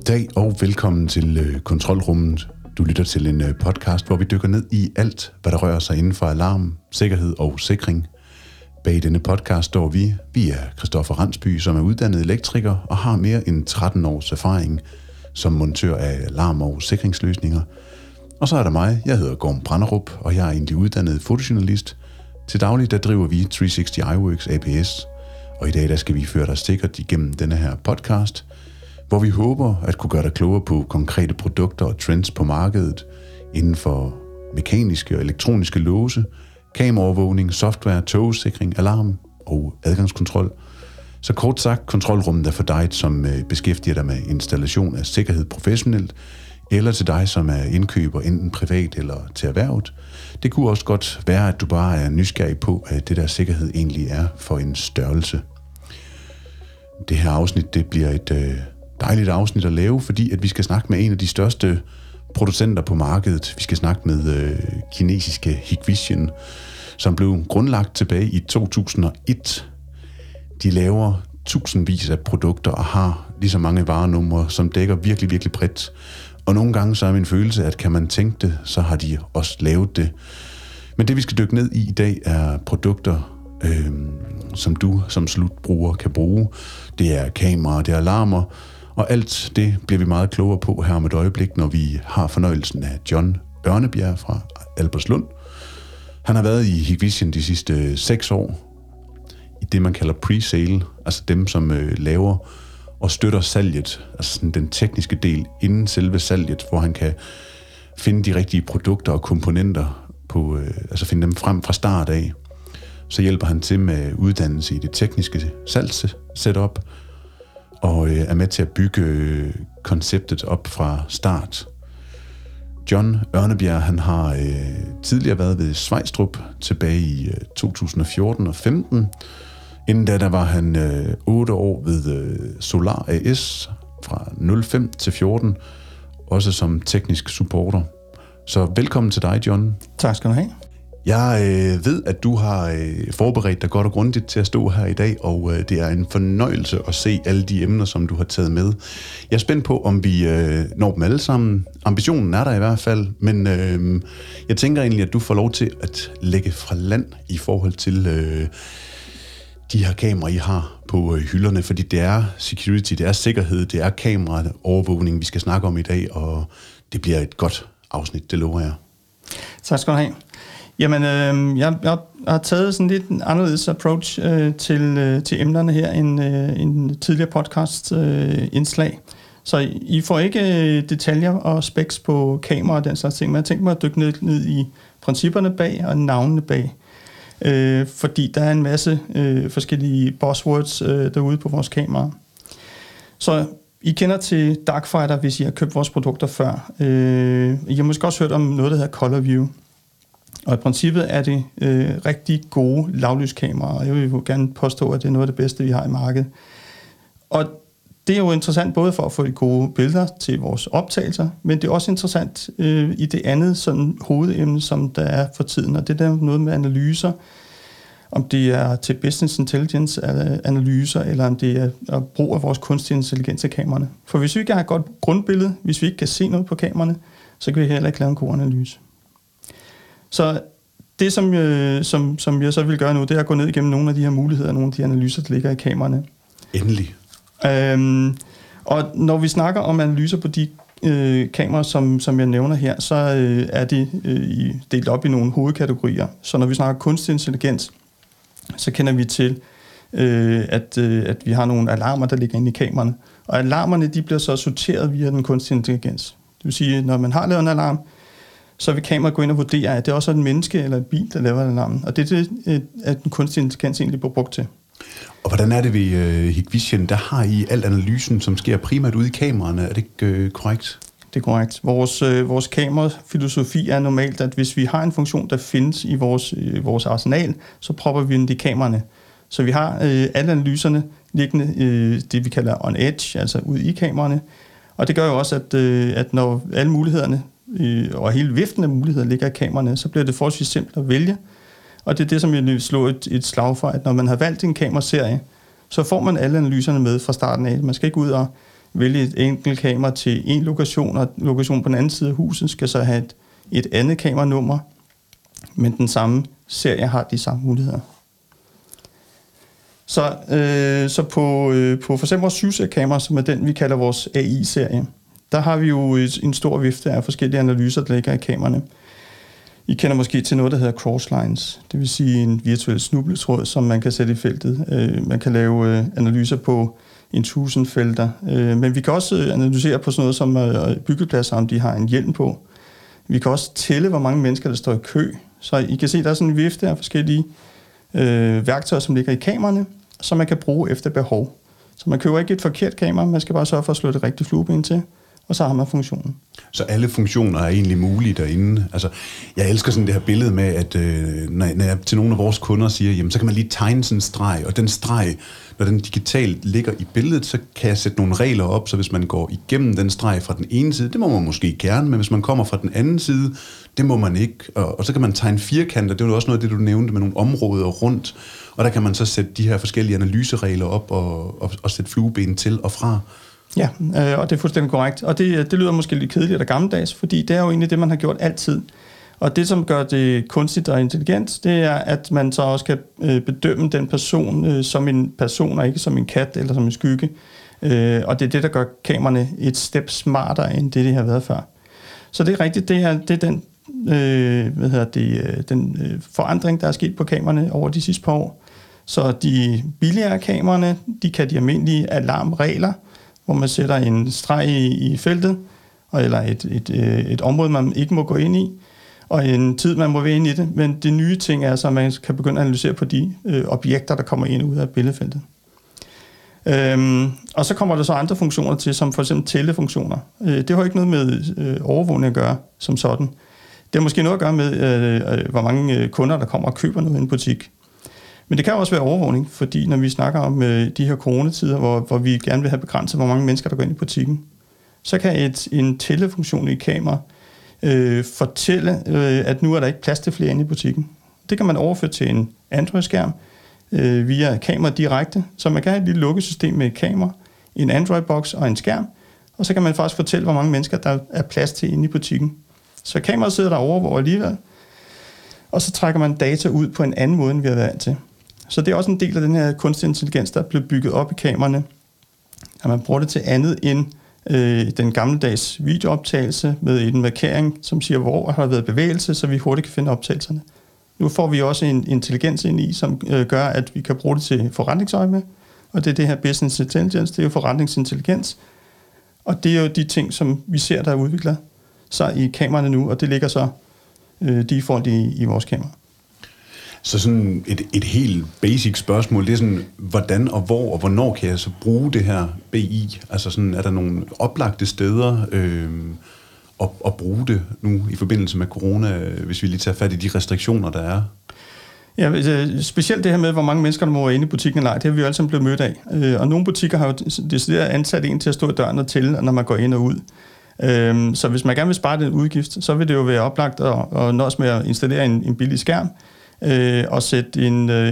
Goddag og velkommen til Kontrolrummet. Du lytter til en podcast, hvor vi dykker ned i alt, hvad der rører sig inden for alarm, sikkerhed og sikring. Bag denne podcast står vi. Vi er Christoffer Randsby, som er uddannet elektriker og har mere end 13 års erfaring som montør af alarm- og sikringsløsninger. Og så er der mig. Jeg hedder Gorm Branderup, og jeg er egentlig uddannet fotojournalist. Til daglig der driver vi 360 iWorks ApS, og i dag der skal vi føre dig sikkert igennem denne her podcast, hvor vi håber at kunne gøre dig klogere på konkrete produkter og trends på markedet inden for mekaniske og elektroniske låse, kameraovervågning, software, togsikring, alarm og adgangskontrol. Så kort sagt, kontrolrummet er for dig, som beskæftiger dig med installation af sikkerhed professionelt, eller til dig, som er indkøber enten privat eller til erhvervet. Det kunne også godt være, at du bare er nysgerrig på, at det der sikkerhed egentlig er for en størrelse. Det her afsnit, det bliver et dejligt afsnit at lave, fordi at vi skal snakke med en af de største producenter på markedet. Vi skal snakke med kinesiske Hikvision, som blev grundlagt tilbage i 2001. De laver tusindvis af produkter og har lige så mange varenumre, som dækker virkelig, virkelig bredt. Og nogle gange så er min følelse, at kan man tænke det, så har de også lavet det. Men det vi skal dykke ned i dag er produkter, som du som slutbruger kan bruge. Det er kameraer, det er alarmer, og alt det bliver vi meget klogere på her om et øjeblik, når vi har fornøjelsen af John Ørnebjerg fra Albertslund. Han har været i Hikvision de sidste 6 år i det, man kalder pre-sale, altså dem, som laver og støtter salget, altså sådan den tekniske del inden selve salget, hvor han kan finde de rigtige produkter og komponenter på, altså finde dem frem fra start af. Så hjælper han til med uddannelse i det tekniske salgssetup, og er med til at bygge konceptet op fra start. John Ørnebjerg, han har tidligere været ved Svejstrup tilbage i 2014 og 15. Inden da, der var han 8 år ved Solar AS fra 05 til 14, også som teknisk supporter. Så velkommen til dig, John. Tak skal du have. Jeg ved, at du har forberedt dig godt og grundigt til at stå her i dag, og det er en fornøjelse at se alle de emner, som du har taget med. Jeg er spændt på, om vi når dem alle sammen. Ambitionen er der i hvert fald, men jeg tænker egentlig, at du får lov til at lægge fra land i forhold til de her kameraer, I har på hylderne, fordi det er security, det er sikkerhed, det er kameraovervågning, vi skal snakke om i dag, og det bliver et godt afsnit, det lover jeg. Tak skal du have. Jamen, jeg har taget sådan lidt en anderledes approach til emnerne her end tidligere podcast indslag. Så I får ikke detaljer og specs på kamera og den slags ting, men jeg tænker mig at dykke ned i principperne bag og navnene bag. Fordi der er en masse forskellige buzzwords derude på vores kamera. Så I kender til Darkfighter, hvis I har købt vores produkter før. I har måske også hørt om noget, der hedder Color View. Og i princippet er det rigtig gode lavlyskameraer, og jeg vil jo gerne påstå, at det er noget af det bedste, vi har i markedet. Og det er jo interessant både for at få de gode billeder til vores optagelser, men det er også interessant i det andet sådan hovedemne, som der er for tiden, og det er noget med analyser, om det er til business intelligence analyser, eller om det er brug af vores kunstig intelligens af kameraerne. For hvis vi ikke har et godt grundbillede, hvis vi ikke kan se noget på kameraerne, så kan vi heller ikke lave en god analyse. Så det, som jeg så vil gøre nu, det er at gå ned igennem nogle af de her muligheder, nogle af de analyser, der ligger i kameraerne. Endelig. Og når vi snakker om analyser på de kameraer, som jeg nævner her, så er de delt op i nogle hovedkategorier. Så når vi snakker kunstig intelligens, så kender vi til, at vi har nogle alarmer, der ligger inde i kameraerne. Og alarmerne, de bliver så sorteret via den kunstige intelligens. Det vil sige, når man har lavet en alarm, så vil kameraet gå ind og vurdere, at det også er et menneske eller et bil, der laver alarmen. Og det er det, at den kunstige intelligens egentlig bliver brugt til. Og hvordan er det ved Hikvision? Der har I al analysen, som sker primært ude i kameraerne. Er det ikke korrekt? Det er korrekt. Vores kamerafilosofi er normalt, at hvis vi har en funktion, der findes i vores arsenal, så propper vi den i kameraerne. Så vi har alle analyserne liggende, det vi kalder on edge, altså ude i kameraerne. Og det gør jo også, at når alle mulighederne og hele viften af muligheder ligger i kameraerne, så bliver det forholdsvis simpelt at vælge. Og det er det, som jeg vil slå et slag for, at når man har valgt en kameraserie, så får man alle analyserne med fra starten af. Man skal ikke ud og vælge et enkelt kamera til en lokation, og lokation på den anden side af huset skal så have et andet kameranummer, men den samme serie har de samme muligheder. Så på for eksempel vores 7-seriekamera, som er den, vi kalder vores AI-serie, der har vi jo en stor vifte af forskellige analyser, der ligger i kameraerne. I kender måske til noget, der hedder crosslines, det vil sige en virtuel snubletråd, som man kan sætte i feltet. Man kan lave analyser på 1000 felter, men vi kan også analysere på sådan noget som byggepladser, om de har en hjelm på. Vi kan også tælle, hvor mange mennesker, der står i kø. Så I kan se, der er sådan en vifte af forskellige værktøjer, som ligger i kameraerne, som man kan bruge efter behov. Så man køber ikke et forkert kamera, man skal bare sørge for at slå det rigtige flueben til, og så har man funktionen. Så alle funktioner er egentlig mulige derinde. Altså, jeg elsker sådan det her billede med, at når jeg til nogle af vores kunder siger, jamen, så kan man lige tegne sådan en streg, og den streg, når den digitalt ligger i billedet, så kan jeg sætte nogle regler op, så hvis man går igennem den streg fra den ene side, det må man måske gerne, men hvis man kommer fra den anden side, det må man ikke. Og så kan man tegne firkanter, det var også noget af det, du nævnte, med nogle områder rundt, og der kan man så sætte de her forskellige analyseregler op og sætte flueben til og fra. Ja, og det er fuldstændig korrekt. Og det lyder måske lidt kedeligt og gammeldags, fordi det er jo egentlig det, man har gjort altid. Og det, som gør det kunstigt og intelligent, det er, at man så også kan bedømme den person som en person, og ikke som en kat eller som en skygge. Og det er det, der gør kameraerne et step smartere, end det, de har været før. Så det er rigtigt, det er den, den forandring, der er sket på kameraerne over de sidste par år. Så de billigere kameraerne, de kan de almindelige alarmregler, hvor man sætter en streg i feltet, eller et område, man ikke må gå ind i, og en tid, man må være inde i det. Men det nye ting er så, at man kan begynde at analysere på de objekter, der kommer ind og ud af billedfeltet. Og så kommer der så andre funktioner til, som for eksempel tællefunktioner. Det har ikke noget med overvågning at gøre som sådan. Det har måske noget at gøre med, hvor mange kunder, der kommer og køber noget i en butik. Men det kan også være overvågning, fordi når vi snakker om de her coronatider, hvor vi gerne vil have begrænset, hvor mange mennesker, der går ind i butikken, så kan en tællefunktion i kamera fortælle, at nu er der ikke plads til flere inde i butikken. Det kan man overføre til en Android-skærm via kamera direkte, så man kan have et lille lukkesystem med et kamera, en Android-boks og en skærm, og så kan man faktisk fortælle, hvor mange mennesker, der er plads til inde i butikken. Så kameraet sidder der og overvåger alligevel, og så trækker man data ud på en anden måde, end vi har været vant til. Så det er også en del af den her kunstig intelligens, der er blevet bygget op i kameraerne, at man bruger det til andet end den gammeldags videooptagelse med en markering, som siger, hvor har der været bevægelse, så vi hurtigt kan finde optagelserne. Nu får vi også en intelligens ind i, som gør, at vi kan bruge det til forretningsøjemed, og det er det her business intelligence, det er jo forretningsintelligens, og det er jo de ting, som vi ser, der udvikler sig i kameraerne nu, og det ligger så default i vores kamera. Så sådan et helt basic spørgsmål, det er sådan, hvordan og hvor og hvornår kan jeg så bruge det her BI? Altså sådan, er der nogle oplagte steder at bruge det nu i forbindelse med corona, hvis vi lige tager fat i de restriktioner, der er? Ja, specielt det her med, hvor mange mennesker der må være inde i butikken eller ej, det har vi jo alle sammen blevet mødt af. Og nogle butikker har jo decideret ansat en til at stå i døren og til, når man går ind og ud. Så hvis man gerne vil spare den udgift, så vil det jo være oplagt at nøjes med at installere en billig skærm, og sætte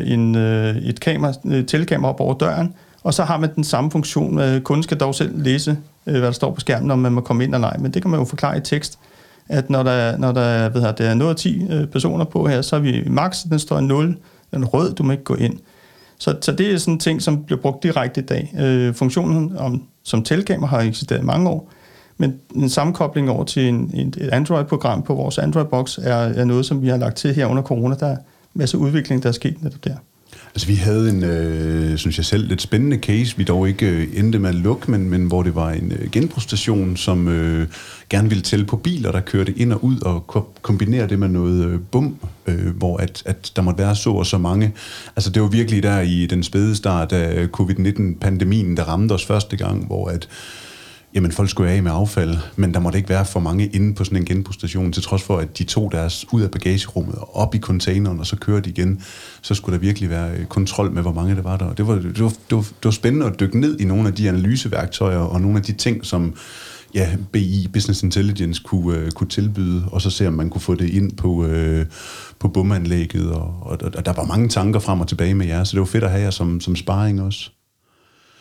et tællekamera op over døren, og så har man den samme funktion. Kunden skal dog selv læse, hvad der står på skærmen, om man må komme ind eller ej, men det kan man jo forklare i tekst, at når der er noget af 10 personer på her, så er vi max, den står i 0, den er rød, du må ikke gå ind. Så det er sådan en ting, som bliver brugt direkte i dag. Funktionen som tællekamera har eksisteret i mange år, men en sammenkobling over til et Android-program på vores Android-boks er noget, som vi har lagt til her under corona. Der er en masse udvikling, der er sket netop der. Altså vi havde en, synes jeg selv, lidt spændende case, vi dog ikke endte med at lukke, men hvor det var en genbrugsstation, som gerne ville tælle på biler, der kørte ind og ud og kombinere det med noget hvor at der måtte være så og så mange. Altså det var virkelig der i den spæde start af covid-19-pandemien, der ramte os første gang, hvor at jamen folk skulle af med affald, men der måtte ikke være for mange inde på sådan en genbrugsstation, til trods for, at de tog deres ud af bagagerummet og op i containeren, og så kørte igen. Så skulle der virkelig være kontrol med, hvor mange der var der. Det var spændende at dykke ned i nogle af de analyseværktøjer, og nogle af de ting, som BI, Business Intelligence, kunne tilbyde, og så se, om man kunne få det ind på bumanlægget, og der var mange tanker frem og tilbage med jer, så det var fedt at have jer som sparring også.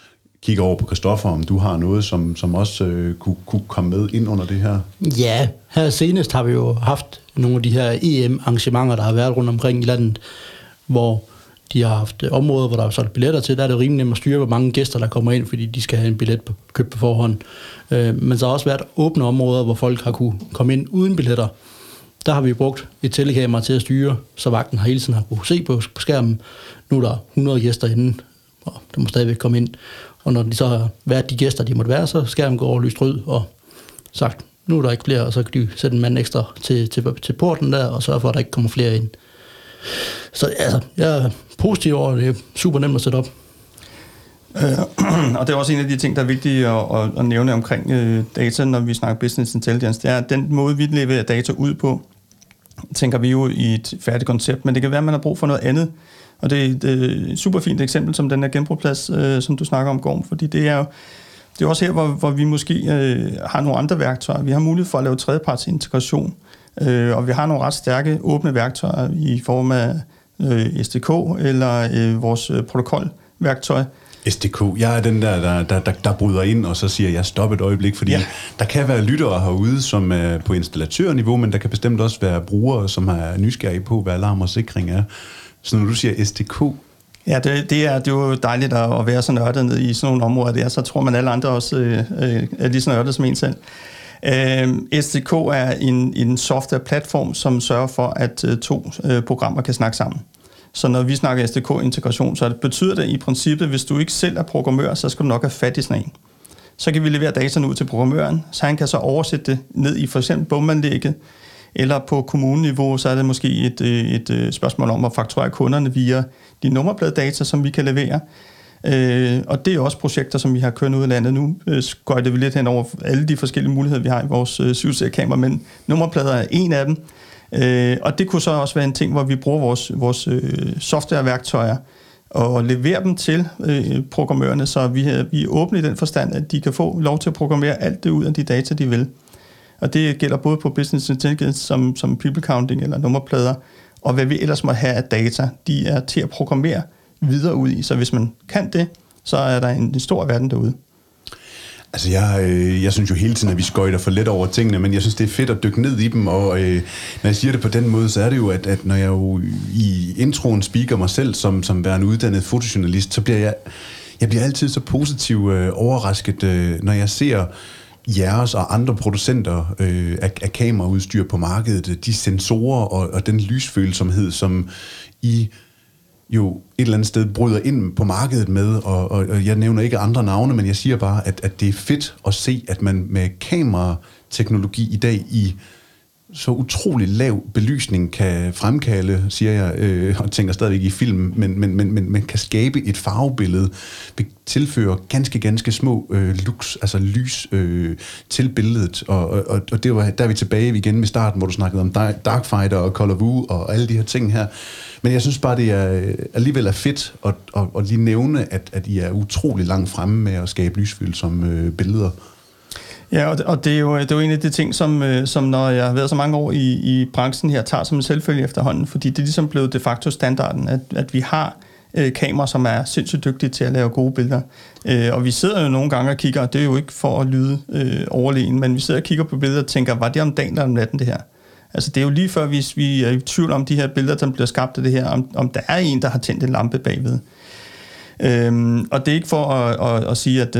kigger over på Christoffer, om du har noget, som også kunne komme med ind under det her? Ja, her senest har vi jo haft nogle af de her EM-arrangementer, der har været rundt omkring i landet, hvor de har haft områder, hvor der er solgt billetter til. Der er det rimelig nemt at styre, hvor mange gæster, der kommer ind, fordi de skal have en billet købt på forhånd. Men så har også været åbne områder, hvor folk har kunne komme ind uden billetter. Der har vi brugt et telekamera til at styre, så vagten hele tiden har kunne se på skærmen. Nu er der 100 gæster inde, og der må stadigvæk komme ind. Og når de så har været de gæster, de måtte være, så skærmen går lyst rød og sagt, nu er der ikke flere, og så kan de sætte en mand ekstra til porten der, og sørge for, at der ikke kommer flere ind. Så altså, jeg er positiv over, det er super nemt at sætte op. Og det er også en af de ting, der er vigtige at nævne omkring data, når vi snakker business intelligence. Det er, at den måde, vi leverer data ud på, tænker vi jo i et færdigt koncept, men det kan være, at man har brug for noget andet. Og det er et super fint eksempel, som den her genbrugsplads, som du snakker om, Gorm, fordi det er jo også her, hvor vi måske har nogle andre værktøjer. Vi har mulighed for at lave tredjeparts integration, og vi har nogle ret stærke åbne værktøjer i form af SDK eller vores protokolværktøj. SDK, jeg er den der bryder ind, og så siger jeg stop et øjeblik, fordi der kan være lyttere herude, som er på installatørniveau, men der kan bestemt også være brugere, som er nysgerrige på, hvad alarm og sikring er. Så når du siger SDK... Ja, det er jo dejligt at være så nørdet ned i sådan nogle områder der, så tror man alle andre også er lige så nørdet som en selv. SDK er en software-platform, som sørger for, at to programmer kan snakke sammen. Så når vi snakker SDK-integration, så betyder det i princippet, hvis du ikke selv er programmør, så skal du nok have fat i sådan en. Så kan vi levere dataen ud til programmøren, så han kan så oversætte det ned i for eksempel bomanlægget, eller på kommuneniveau, så er det måske et spørgsmål om at fakturere kunderne via de nummerpladedata, som vi kan levere. Og det er også projekter, som vi har kørt ud af landet nu. Skøjter vi lidt hen over alle de forskellige muligheder, vi har i vores 7C-kamera, men nummerplader er en af dem. Og det kunne så også være en ting, hvor vi bruger vores softwareværktøjer og leverer dem til programmørerne, så vi er åbne i den forstand, at de kan få lov til at programmere alt det ud af de data, de vil. Og det gælder både på business intelligence som people counting eller nummerplader, og hvad vi ellers må have af data, de er til at programmere videre ud i. Så hvis man kan det, så er der en stor verden derude. Altså jeg synes jo hele tiden, at vi skøjter for let over tingene, men jeg synes, det er fedt at dykke ned i dem, og når jeg siger det på den måde, så er det jo, at når jeg jo i introen speaker mig selv som værende uddannet fotojournalist, så bliver jeg bliver altid så positivt overrasket, når jeg ser jeres og andre producenter af kameraudstyr på markedet, de sensorer og den lysfølsomhed, som I jo et eller andet sted bryder ind på markedet med, og jeg nævner ikke andre navne, men jeg siger bare, at det er fedt at se, at man med kamerateknologi i dag i så utrolig lav belysning kan fremkalde, siger jeg, og tænker stadigvæk i film, men kan skabe et farvebillede, tilføre ganske små lys til billedet, og det var, der er vi tilbage igen ved starten, hvor du snakkede om Darkfighter og Call of Duty og alle de her ting her. Men jeg synes bare, det er alligevel er fedt at lige nævne, at I er utrolig langt fremme med at skabe lysfølsomme billeder. Ja, og det er jo en af de ting, som når jeg har været så mange år i branchen her, tager som en selvfølge efterhånden, fordi det er ligesom blevet de facto standarden, at vi har kameraer, som er sindssygt dygtige til at lave gode billeder. Og vi sidder jo nogle gange og kigger, og det er jo ikke for at lyde overlegen, men vi sidder og kigger på billeder og tænker, var det om dagen eller om natten det her? Altså det er jo lige før, hvis vi er i tvivl om de her billeder, der bliver skabt af det her, om der er en, der har tændt en lampe bagved. Og det er ikke for at sige, at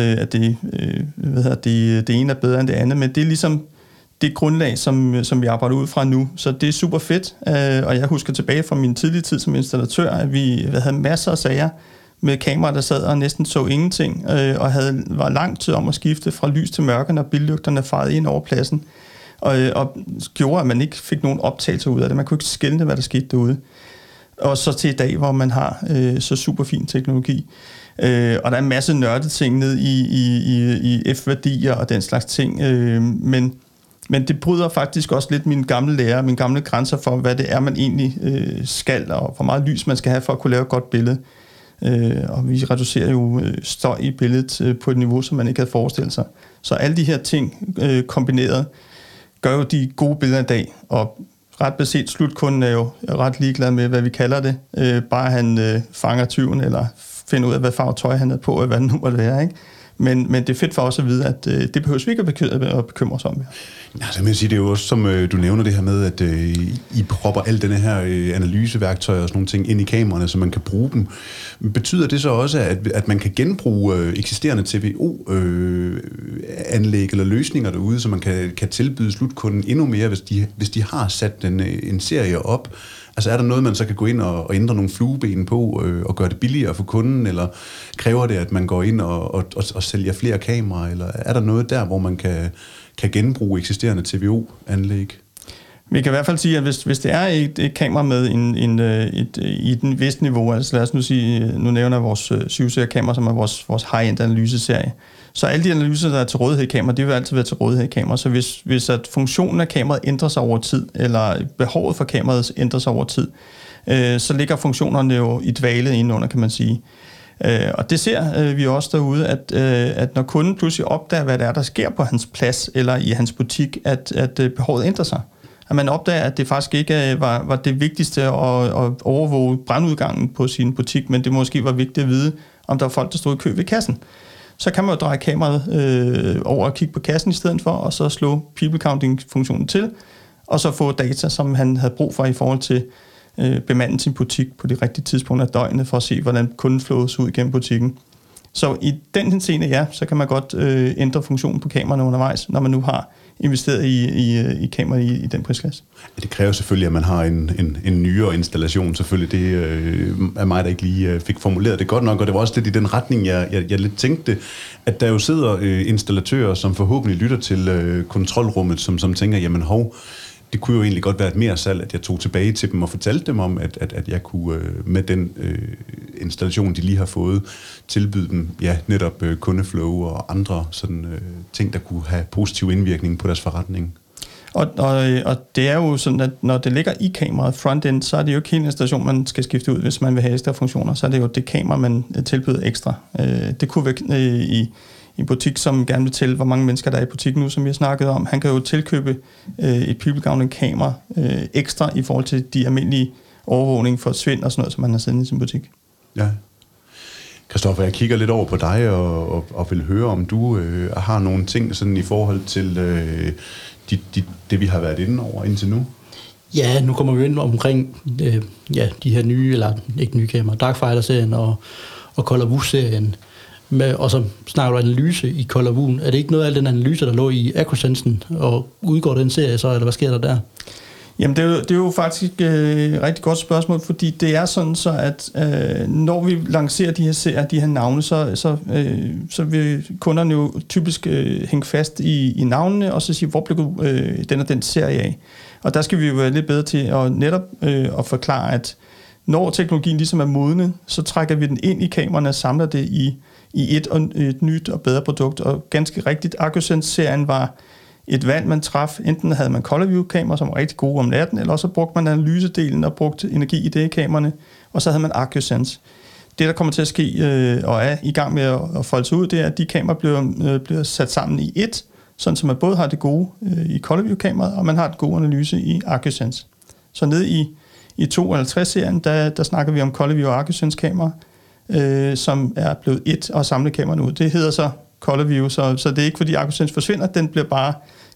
det ene er bedre end det andet, men det er ligesom det grundlag, som vi arbejder ud fra nu. Så det er super fedt, og jeg husker tilbage fra min tidlige tid som installatør, at vi havde masser af sager med kameraer, der sad og næsten så ingenting, og var lang tid om at skifte fra lys til mørke, når billygterne farede ind over pladsen, og gjorde, at man ikke fik nogen optagelser ud af det. Man kunne ikke skelne, hvad der skete derude. Og så til i dag, hvor man har så super fin teknologi. Og der er en masse nørdet ting ned i F-værdier og den slags ting. Men det bryder faktisk også lidt mine gamle grænser for, hvad det er, man egentlig skal, og hvor meget lys man skal have for at kunne lave et godt billede. Og vi reducerer jo støj i billedet på et niveau, som man ikke havde forestillet sig. Så alle de her ting kombineret gør jo de gode billeder i dag, og ret beset slutkunden er jo ret ligeglad med, hvad vi kalder det. Bare han fanger tyven, eller finder ud af, hvad farve tøj han er på, og hvad det nu måtte være, ikke? Men det er fedt for os at vide, at det behøver vi ikke at bekymre os om. Altså, man siger, det er jo også, som du nævner det her med, at I propper al denne her analyseværktøjer og sådan nogle ting ind i kameraerne, så man kan bruge dem. Betyder det så også, at man kan genbruge eksisterende TVO-anlæg eller løsninger derude, så man kan tilbyde slutkunden endnu mere, hvis de har sat en serie op? Altså er der noget, man så kan gå ind og ændre nogle flueben på og gøre det billigere for kunden, eller kræver det, at man går ind og sælger flere kameraer, eller er der noget der, hvor man kan genbruge eksisterende TVO-anlæg? Vi kan i hvert fald sige, at hvis det er et kamera med i et vist niveau, altså lad os nu sige, nu nævner jeg vores 7-seriekamera, som er vores high-end analyseserie, så alle de analyser, der er til rådighed i kamera, de vil altid være til rådighed i kamera. Så hvis at funktionen af kameraet ændrer sig over tid, eller behovet for kameraet ændrer sig over tid, så ligger funktionerne jo i dvale indenunder, kan man sige. Og det ser vi også derude, at når kunden pludselig opdager, hvad det er, der sker på hans plads eller i hans butik, at behovet ændrer sig. At man opdager, at det faktisk ikke var det vigtigste at overvåge brandudgangen på sin butik, men det måske var vigtigt at vide, om der var folk, der stod i kø ved kassen. Så kan man jo dreje kameraet over og kigge på kassen i stedet for, og så slå people counting-funktionen til, og så få data, som han havde brug for i forhold til bemande sin butik på de rigtige tidspunkter af døgnet, for at se, hvordan kunden flås ud igennem butikken. Så i den henseende, ja, så kan man godt ændre funktionen på kameraerne undervejs, når man nu har investeret i kameraet i den prisklasse. Ja, det kræver selvfølgelig, at man har en nyere installation. Selvfølgelig, det er mig, der ikke lige fik formuleret det godt nok, og det var også lidt i den retning, jeg lidt tænkte, at der jo sidder installatører, som forhåbentlig lytter til kontrolrummet, som tænker, jamen det kunne jo egentlig godt være et mere salg, at jeg tog tilbage til dem og fortalte dem om, at jeg kunne med den installation, de lige har fået, tilbyde dem netop kundeflow og andre sådan, ting, der kunne have positiv indvirkning på deres forretning. Og det er jo sådan, at når det ligger i kameraet frontend, så er det jo ikke hele installationen, man skal skifte ud, hvis man vil have ekstra funktioner. Så er det jo det kamera, man tilbyder ekstra. Det kunne være i en butik, som gerne vil tælle, hvor mange mennesker der er i butikken nu, som vi har snakket om. Han kan jo tilkøbe et people-counting-kamera ekstra i forhold til de almindelige overvågning for svind og sådan noget, som man har sendt i sin butik. Ja. Christoffer, jeg kigger lidt over på dig og vil høre, om du har nogle ting sådan i forhold til det, vi har været inde over indtil nu. Ja, nu kommer vi ind omkring de her nye, eller ikke nye kameraer, Darkfighter-serien og Call of Duty-serien. Og så snakker du analyse i Call of Duty. Er det ikke noget af den analyse, der lå i Accusensen, og udgår den serie så, eller hvad sker der? Jamen, det er jo faktisk et rigtig godt spørgsmål, fordi det er sådan så, at når vi lancerer de her serier, de her navne, så vil kunderne jo typisk hænge fast i navnene, og så sige, hvor blev den og den serie af? Og der skal vi jo være lidt bedre til at netop at forklare, at når teknologien ligesom er modnet, så trækker vi den ind i kameraerne og samler det i et nyt og bedre produkt. Og ganske rigtigt, Accusense-serien var et valg, man traf. Enten havde man Color View-kameraer, som var rigtig gode om natten, eller så brugte man analysedelen og brugte energi i det i kameraerne, og så havde man Accusense. Det, der kommer til at ske og er i gang med at folde sig ud, det er, at de kameraer bliver sat sammen i et, sådan så man både har det gode i Color View-kameraet, og man har det gode analyse i Accusense. Så ned i 52-serien, der snakker vi om Color View og Accusense-kameraer, som er blevet et og samlet kameraerne ud. Det hedder så Color View, så det er ikke fordi Accusense forsvinder, den bliver bare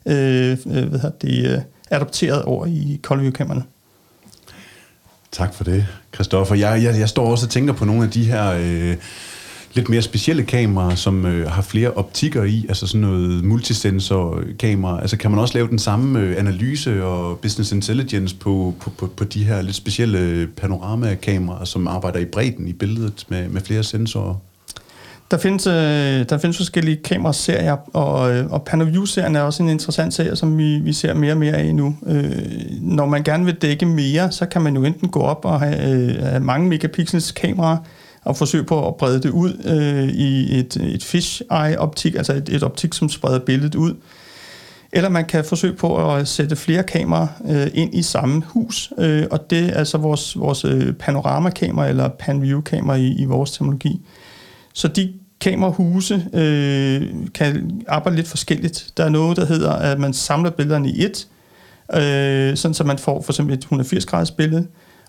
adopteret over i Color View-kameraerne. Tak for det, Christoffer. Jeg står også og tænker på nogle af de her lidt mere specielle kameraer, som har flere optikker i, altså sådan noget multisensor-kamera. Altså kan man også lave den samme analyse og business intelligence på de her lidt specielle panorama-kameraer, som arbejder i bredden i billedet med flere sensorer? Der findes forskellige kameraserier, og PanoView-serien er også en interessant serie, som vi ser mere og mere af nu. Når man gerne vil dække mere, så kan man jo enten gå op og have mange megapixels kameraer, og forsøge på at brede det ud i et fisheye-optik, altså et optik, som spreder billedet ud. Eller man kan forsøge på at sætte flere kameraer ind i samme hus, og det er altså vores panoramakamera eller PanView-kamera i vores teknologi. Så de kamerahuse kan arbejde lidt forskelligt. Der er noget, der hedder, at man samler billederne i et, sådan så man får for eksempel et 180-graders billede,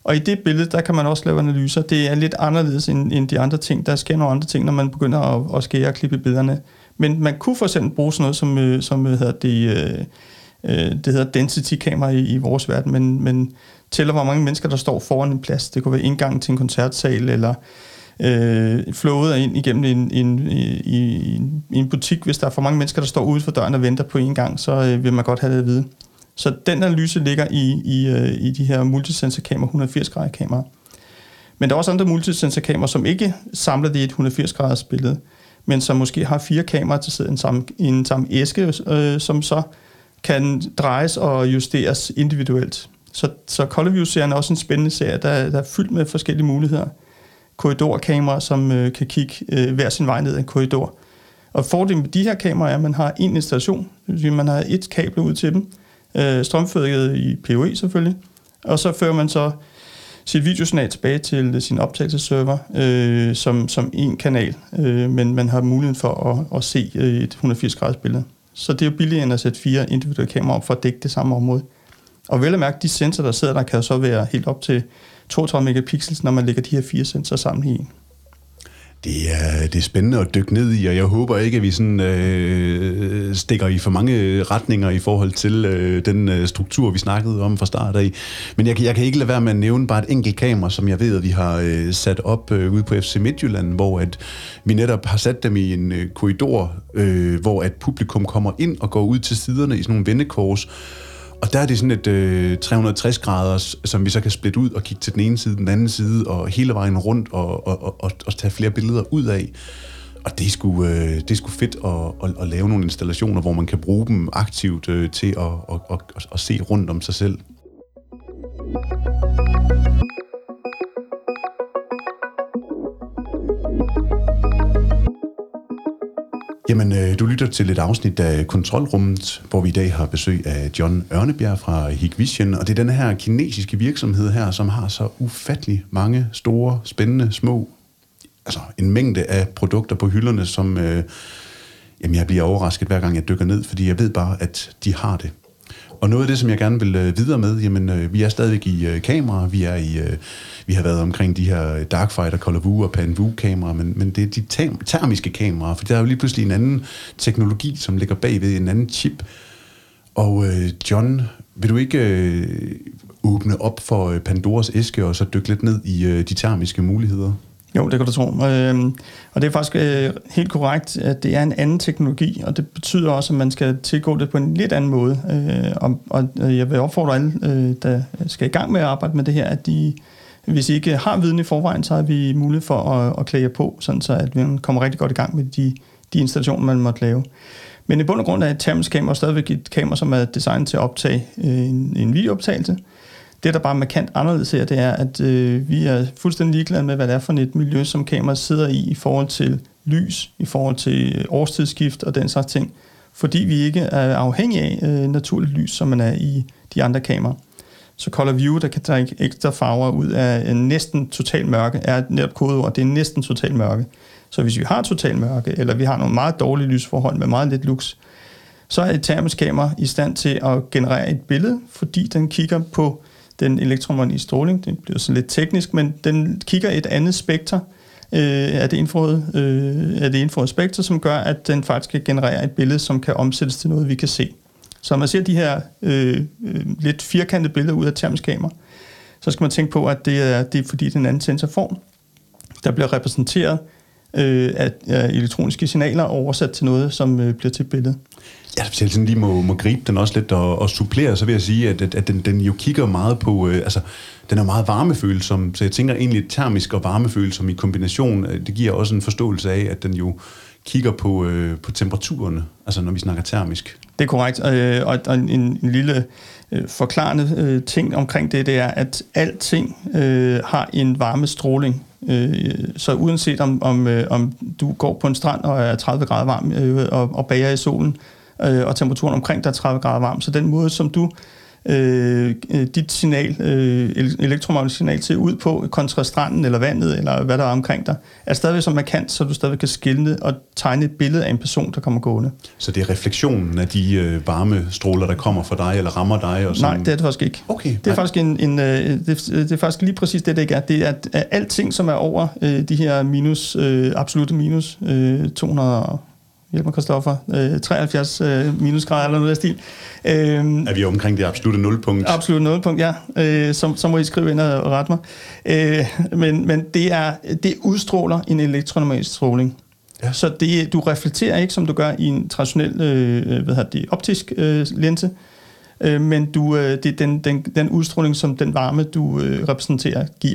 Og i det billede, der kan man også lave analyser. Det er lidt anderledes end de andre ting. Der sker nogle andre ting, når man begynder at skære og klippe billederne. Men man kunne for eksempel bruge sådan noget, som hedder det hedder density-kamera i vores verden, men tæller, hvor mange mennesker, der står foran en plads. Det kunne være indgang til en koncertsal, eller flowet ind igennem en butik. Hvis der er for mange mennesker, der står ude for døren og venter på en gang, så vil man godt have det at vide. Så den analyse ligger i de her multisensorkamera, 180-grader kamera. Men der er også andre multisensorkameraer, som ikke samler det i et 180-graders billede, men som måske har 4 kameraer til siden i en samme æske, som så kan drejes og justeres individuelt. Så Color View-serien er også en spændende serie, der er fyldt med forskellige muligheder. Korridorkameraer, som kan kigge hver sin vej ned ad en korridor. Og fordelen med de her kameraer er, at man har en installation, det vil sige, man har et kabel ud til dem, strømført i PoE selvfølgelig, og så fører man så sit videosignal tilbage til sin optagelsesserver som en kanal, men man har muligheden for at se et 180-graders billede. Så det er jo billigere end at sætte 4 individuelle kameraer op for at dække det samme område. Og vel at mærke, de sensorer, der sidder der, kan jo så være helt op til 32 megapixels, når man lægger de her 4 sensorer sammen i en. Det er spændende at dykke ned i, og jeg håber ikke, at vi sådan, stikker i for mange retninger i forhold til den struktur, vi snakkede om fra start af. Men jeg kan ikke lade være med at nævne bare et enkelt kamera, som jeg ved, at vi har sat op ude på FC Midtjylland, hvor at vi netop har sat dem i en korridor, hvor at publikum kommer ind og går ud til siderne i sådan nogle vendekors. Og der er det sådan et 360 graders, som vi så kan splitte ud og kigge til den ene side, den anden side, og hele vejen rundt og tage flere billeder ud af. Og det er sgu fedt at lave nogle installationer, hvor man kan bruge dem aktivt til at se rundt om sig selv. Jamen, du lytter til et afsnit af Kontrolrummet, hvor vi i dag har besøg af John Ørnebjerg fra Hikvision, og det er den her kinesiske virksomhed her, som har så ufattelig mange store, spændende, små, altså en mængde af produkter på hylderne, som jeg bliver overrasket hver gang jeg dykker ned, fordi jeg ved bare, at de har det. Og noget af det, som jeg gerne vil videre med, jamen, vi er stadigvæk i kamera, vi har været omkring de her Darkfighter, Color View og Pan View kameraer, men det er de termiske kameraer, for der er jo lige pludselig en anden teknologi, som ligger bagved en anden chip. Og John, vil du ikke åbne op for Pandoras æske og så dykke lidt ned i de termiske muligheder? Jo, det kan du tro. Og det er faktisk helt korrekt, at det er en anden teknologi, og det betyder også, at man skal tilgå det på en lidt anden måde. Og jeg vil opfordre alle, der skal i gang med at arbejde med det her, at hvis I ikke har viden i forvejen, så har vi mulighed for at klæde jer på, sådan så at vi kommer rigtig godt i gang med de installationer, man måtte lave. Men i bund og grund er et termisk kamera stadigvæk et kamera, som er designet til at optage en videooptagelse. Det, der bare er markant anderledes her, det er, at vi er fuldstændig ligeglade med, hvad det er for et miljø, som kameraet sidder i forhold til lys, i forhold til årstidsskift og den slags ting, fordi vi ikke er afhængige af naturligt lys, som man er i de andre kameraer. Så Color View, der kan trække ekstra farver ud af næsten total mørke, er netop kodeord, det er næsten total mørke. Så hvis vi har total mørke, eller vi har nogle meget dårlige lysforhold med meget lidt lux, så er et termisk kamera i stand til at generere et billede, fordi den kigger på den elektromagnetiske stråling. Det bliver så lidt teknisk, men den kigger et andet spekter af det infrarøde spekter, som gør, at den faktisk kan generere et billede, som kan omsættes til noget, vi kan se. Så når man ser de her lidt firkantede billeder ud af termisk kamera, så skal man tænke på, at det er fordi det er en anden sensorform, der bliver repræsenteret af elektroniske signaler oversat til noget, som bliver til et billede. Ja, hvis jeg sådan lige må gribe den også lidt og supplere, så vil jeg sige, at den jo kigger meget på, den er meget varmefølsom, så jeg tænker egentlig termisk og varmefølsom i kombination, det giver også en forståelse af, at den jo kigger på temperaturerne, altså når vi snakker termisk. Det er korrekt, og en lille forklarende ting omkring det er, at alting har en varmestråling. Så uanset om du går på en strand og er 30 grader varm og bager i solen, og temperaturen omkring der er 30 grader varm, så den måde, som du dit signal, elektromagnetisk signal til ud på kontra stranden eller vandet, eller hvad der er omkring dig, er stadigvæk så markant, så du stadigvæk kan skelne og tegne et billede af en person, der kommer gående. Så det er refleksionen af de varmestråler, der kommer fra dig, eller rammer dig? Og sådan... Nej, det er det faktisk ikke. Okay. Det er faktisk det er faktisk lige præcis det ikke er. Det er at alting, som er over de her minus, absolutte minus 200... Hjælp mig, Christoffer. 73 minusgrader eller noget af stil. Er vi omkring det absolutte nulpunkt? Absolut nulpunkt, ja. Så må I skrive ind og rette mig. Men det udstråler en elektromagnetisk stråling. Ja. Så du reflekterer ikke, som du gør i en traditionel optisk linse, men det er den udstråling, som den varme, du repræsenterer, giver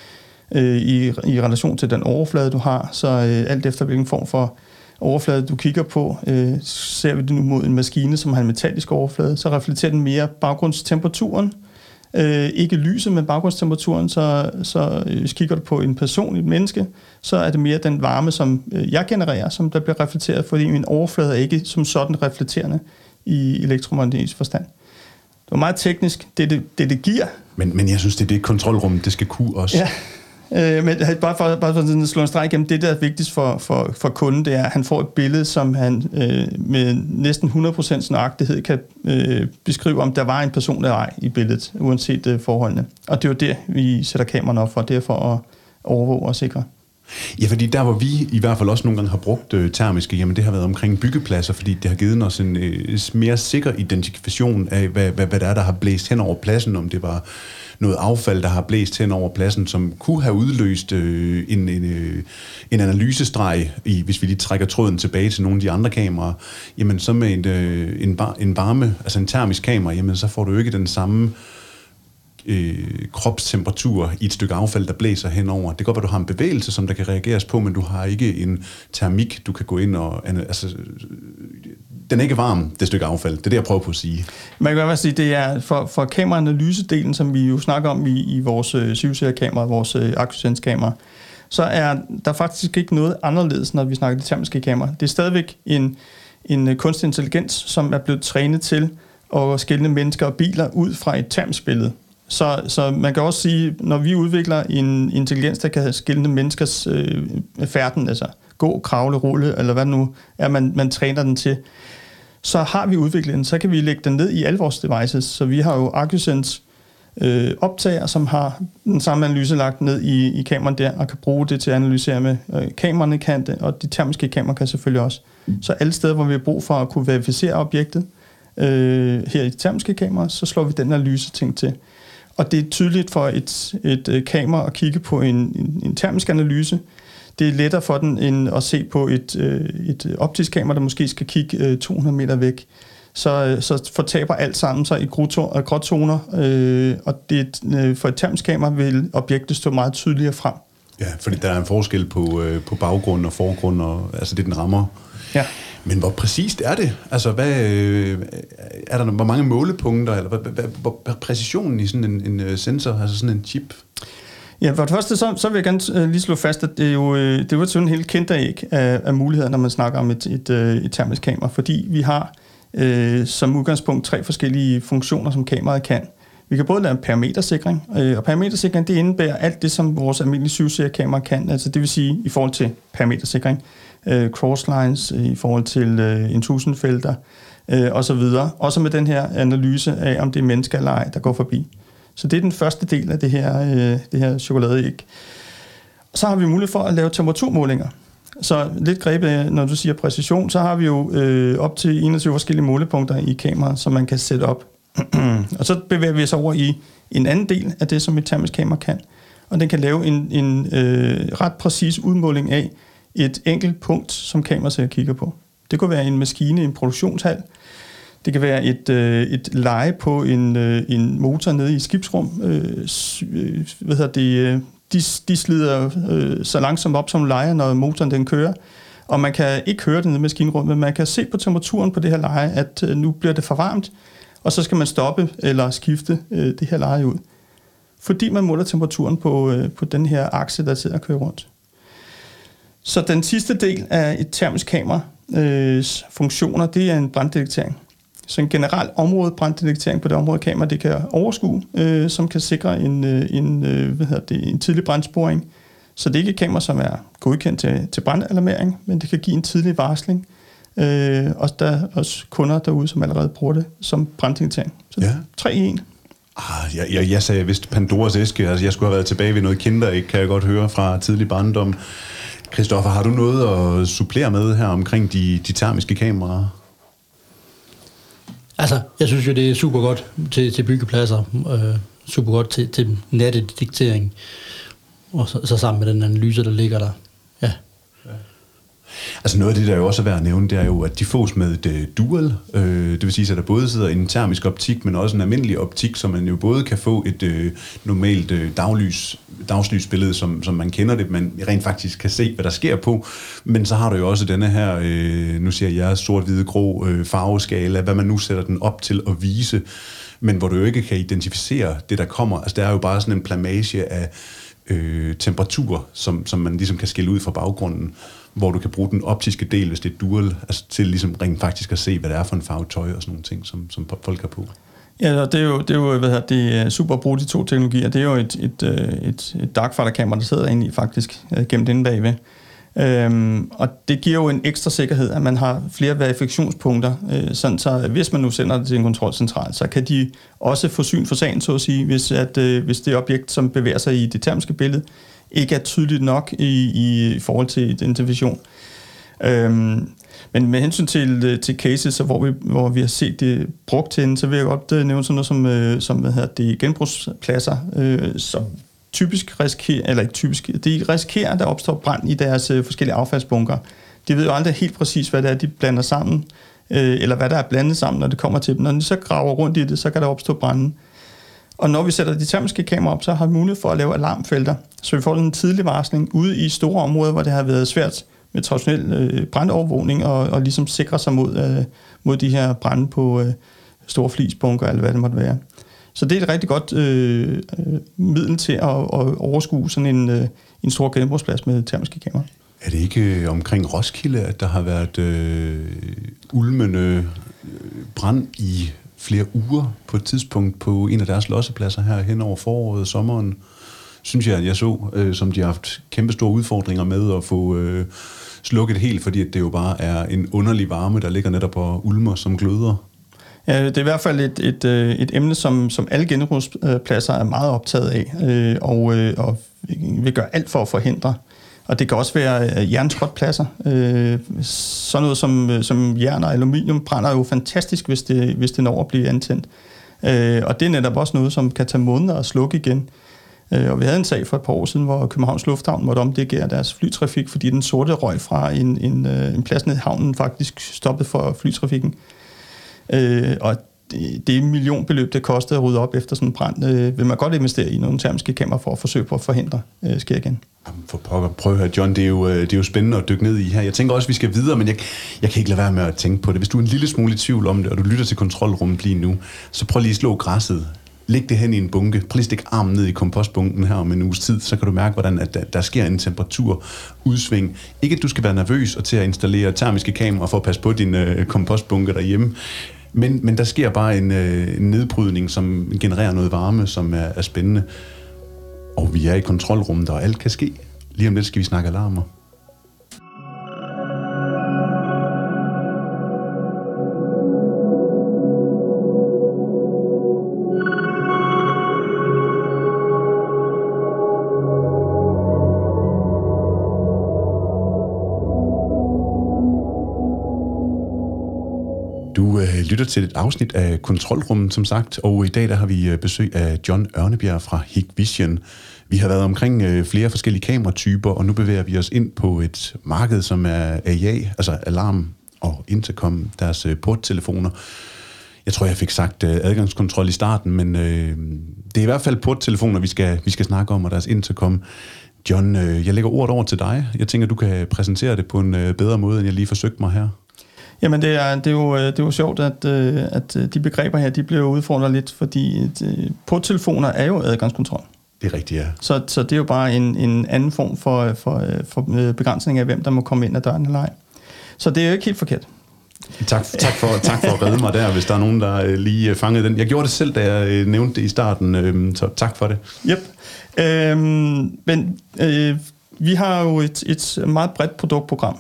i relation til den overflade, du har. Så alt efter hvilken form for overflade, du kigger på, ser vi det nu mod en maskine, som har en metallisk overflade, så reflekterer den mere baggrundstemperaturen. Ikke lyset, men baggrundstemperaturen. Så hvis kigger du på en person, et menneske, så er det mere den varme, som jeg genererer, som der bliver reflekteret, fordi min overflade er ikke som sådan reflekterende i elektromagnetisk forstand. Det var meget teknisk, det giver. Men jeg synes, det er det kontrolrum, det skal kunne også. Ja. Men bare for at slå en streg igennem, det der er vigtigst for kunden, det er, at han får et billede, som han med næsten 100% nøjagtighed kan beskrive, om der var en person eller ej i billedet, uanset forholdene. Og det er jo det, vi sætter kameraerne op for, det er for at overvåge og sikre. Ja, fordi der, hvor vi i hvert fald også nogle gange har brugt termiske, jamen det har været omkring byggepladser, fordi det har givet os en mere sikker identifikation af, hvad det er, der har blæst hen over pladsen, om det var noget affald, der har blæst hen over pladsen, som kunne have udløst en analysestreg, hvis vi lige trækker tråden tilbage til nogle af de andre kameraer, jamen så med en varme, altså en termisk kamera, jamen så får du jo ikke den samme kropstemperatur i et stykke affald, der blæser henover. Det kan godt være, du har en bevægelse, som der kan reageres på, men du har ikke en termik, du kan gå ind og... Altså, den er ikke varm, det stykke affald. Det er det, jeg prøver på at sige. Man kan godt sige, det er for kameraanalysedelen, som vi jo snakker om i vores syvseerkamera, vores Accusens-kamera, så er der faktisk ikke noget anderledes, når vi snakker det termiske kamera. Det er stadigvæk en kunstig intelligens, som er blevet trænet til at skelne mennesker og biler ud fra et termisk billede. Så man kan også sige, når vi udvikler en intelligens, der kan skelne menneskers færden, altså gå, kravle, rulle, eller hvad nu er, man træner den til, så har vi udviklet den, så kan vi lægge den ned i alle vores devices. Så vi har jo Accusens optager, som har den samme analyse lagt ned i kameraen der, og kan bruge det til at analysere med. Kameraerne kan det, og de termiske kameraer kan selvfølgelig også. Så alle steder, hvor vi har brug for at kunne verificere objektet, her i de termiske kameraer, så slår vi den analyse-ting til. Og det er tydeligt for et kamera at kigge på en termisk analyse. Det er lettere for den end at se på et optisk kamera, der måske skal kigge 200 meter væk. Så fortaber alt sammen sig i gråtoner, og for et termisk kamera vil objektet stå meget tydeligere frem. Ja, fordi der er en forskel på baggrund og forgrund, og altså det den rammer. Ja. Men hvor præcist er det? Altså, er der hvor mange målepunkter, eller hvor præcisionen i sådan en sensor, altså sådan en chip? Ja, for det første, så vil jeg gerne lige slå fast, at det er jo sådan en helt kinderæg af muligheder, når man snakker om et termisk kamera, fordi vi har som udgangspunkt 3 forskellige funktioner, som kameraet kan. Vi kan både lave parametersikring, og parametersikring, det indebærer alt det, som vores almindelige 7-seriekamera kan, altså det vil sige i forhold til parametersikring, crosslines, i forhold til intrusionfelter og så videre. Også med den her analyse af, om det er mennesker eller ej, der går forbi. Så det er den første del af det her chokoladeæg. Så har vi mulighed for at lave temperaturmålinger. Så lidt grebet, når du siger præcision, så har vi jo op til 21 forskellige målepunkter i kameraet, som man kan sætte op. Og så bevæger vi os over i en anden del af det, som et termisk kamera kan. Og den kan lave en ret præcis udmåling af et enkelt punkt, som kameraet så kigger på. Det kunne være en maskine i en produktionshal. Det kan være et leje på en motor nede i skibsrum. De slider så langsomt op som leje, når motoren den kører. Og man kan ikke høre det nede i maskinrummet, men man kan se på temperaturen på det her leje, at nu bliver det for varmt, og så skal man stoppe eller skifte det her leje ud. Fordi man måler temperaturen på den her akse, der sidder og kører rundt. Så den sidste del af et termisk kamera funktioner, det er en branddetektering. Så en generel områdebranddetektering på det område kamera, det kan overskue, som kan sikre en tidlig brandsporing. Så det er ikke et kamera, som er godkendt til brandalarmering, men det kan give en tidlig varsling. Og der er også kunder derude, som allerede bruger det som branddetektering. Så 3 i 1. Jeg sagde, jeg vidste Pandoras æske. Altså, jeg skulle have været tilbage ved noget kinder, ikke, kan jeg godt høre fra tidlig barndom. Christoffer, har du noget at supplere med her omkring de termiske kameraer? Altså, jeg synes jo, det er super godt til byggepladser, super godt til natdetektering, og så sammen med den analyse, der ligger der. Ja. Altså noget af det, der jo også er værd at nævne, det er jo, at de fås med et dual. Det vil sige, at der både sidder en termisk optik, men også en almindelig optik, så man jo både kan få et normalt dagslysbillede, som man kender det, man rent faktisk kan se, hvad der sker på. Men så har du jo også denne her, nu siger jeg, sort-hvide-grå farveskala, hvad man nu sætter den op til at vise, men hvor du jo ikke kan identificere det, der kommer. Altså det er jo bare sådan en plamage af temperatur, som man ligesom kan skille ud fra baggrunden, hvor du kan bruge den optiske del, hvis det er dual, altså til ligesom rent faktisk at se, hvad det er for en farve tøj og sådan nogle ting, som folk har på. Ja, og det er jo super at bruge de to teknologier. Det er jo et darkfighter-kamera, der sidder inde i faktisk, gemt inde bagved. Og det giver jo en ekstra sikkerhed, at man har flere verifikationspunkter, sådan så hvis man nu sender det til en kontrolcentral, så kan de også få syn for sagen, så at sige, hvis det objekt, som bevæger sig i det termiske billede, ikke er tydeligt nok i forhold til identifikation. Men med hensyn til cases, hvor vi har set det brugt til, så vil jeg godt nævne sådan noget som genbrugspladser, som typisk risikerer, at der opstår brand i deres forskellige affaldsbunker. De ved jo aldrig helt præcis, hvad det er, de blander sammen, eller hvad der er blandet sammen, når det kommer til dem. Når de så graver rundt i det, så kan der opstå branden. Og når vi sætter de termiske kameraer op, så har vi mulighed for at lave alarmfelter, så vi får en tidlig varsling ude i store områder, hvor det har været svært med traditionel brandovervågning og ligesom sikre sig mod de her brande på store flisbunker, eller hvad det måtte være. Så det er et rigtig godt middel til at overskue sådan en stor genbrugsplads med termiske kameraer. Er det ikke omkring Roskilde, at der har været ulmende brand i flere uger på et tidspunkt på en af deres lossepladser her hen over foråret og sommeren? Synes jeg så, som de har haft kæmpe store udfordringer med at få slukket helt, fordi det jo bare er en underlig varme, der ligger netop på ulmer som gløder. Ja, det er i hvert fald et emne, som alle genbrugspladser er meget optaget af, og vil gøre alt for at forhindre. Og det kan også være jernskrotpladser. Sådan noget som jern og aluminium brænder jo fantastisk, hvis det når at blive antændt. Og det er netop også noget, som kan tage måneder at slukke igen. Og vi havde en sag for et par år siden, hvor Københavns Lufthavn måtte omdirigere deres flytrafik, fordi den sorte røg fra en plads ned i havnen faktisk stoppede for flytrafikken. Og det millionbeløb, det kostede at rydde op efter sådan en brand, vil man godt investere i nogle termiske kameraer for at forsøge på at forhindre sker igen. For pokker, prøv at høre, John, det er jo spændende at dykke ned i her. Jeg tænker også, at vi skal videre, men jeg kan ikke lade være med at tænke på det. Hvis du er en lille smule i tvivl om det, og du lytter til kontrolrummet lige nu, så prøv lige at slå græsset. Læg det hen i en bunke. Prøv lige at stikke armen ned i kompostbunken her om en uges tid, så kan du mærke, hvordan at der sker en temperaturudsving. Ikke at du skal være nervøs og til at installere termiske kameraer for at passe på din kompostbunke derhjemme, men der sker bare en nedbrydning, som genererer noget varme, som er spændende. Og vi er i kontrolrummet, og alt kan ske. Lige om lidt skal vi snakke alarmer. Du lytter til et afsnit af Kontrolrummet, som sagt, og i dag der har vi besøg af John Ørnebjerg fra Hikvision. Vi har været omkring flere forskellige kameratyper, og nu bevæger vi os ind på et marked, som er AA, altså alarm og intercom, deres porttelefoner. Jeg tror, jeg fik sagt adgangskontrol i starten, men det er i hvert fald porttelefoner, vi skal snakke om, og deres intercom. John, jeg lægger ordet over til dig. Jeg tænker, du kan præsentere det på en bedre måde, end jeg lige forsøgte mig her. Jamen, det er jo sjovt, at de begreber her, de bliver udfordret lidt, fordi porttelefoner er jo adgangskontrol. Det er rigtigt, ja. Så det er jo bare en anden form for begrænsning af, hvem der må komme ind ad døren eller ej. Så det er jo ikke helt forkert. Tak for at redde mig der, hvis der er nogen, der lige fangede den. Jeg gjorde det selv, da jeg nævnte det i starten, så tak for det. Yep. Vi har jo et meget bredt produktprogram,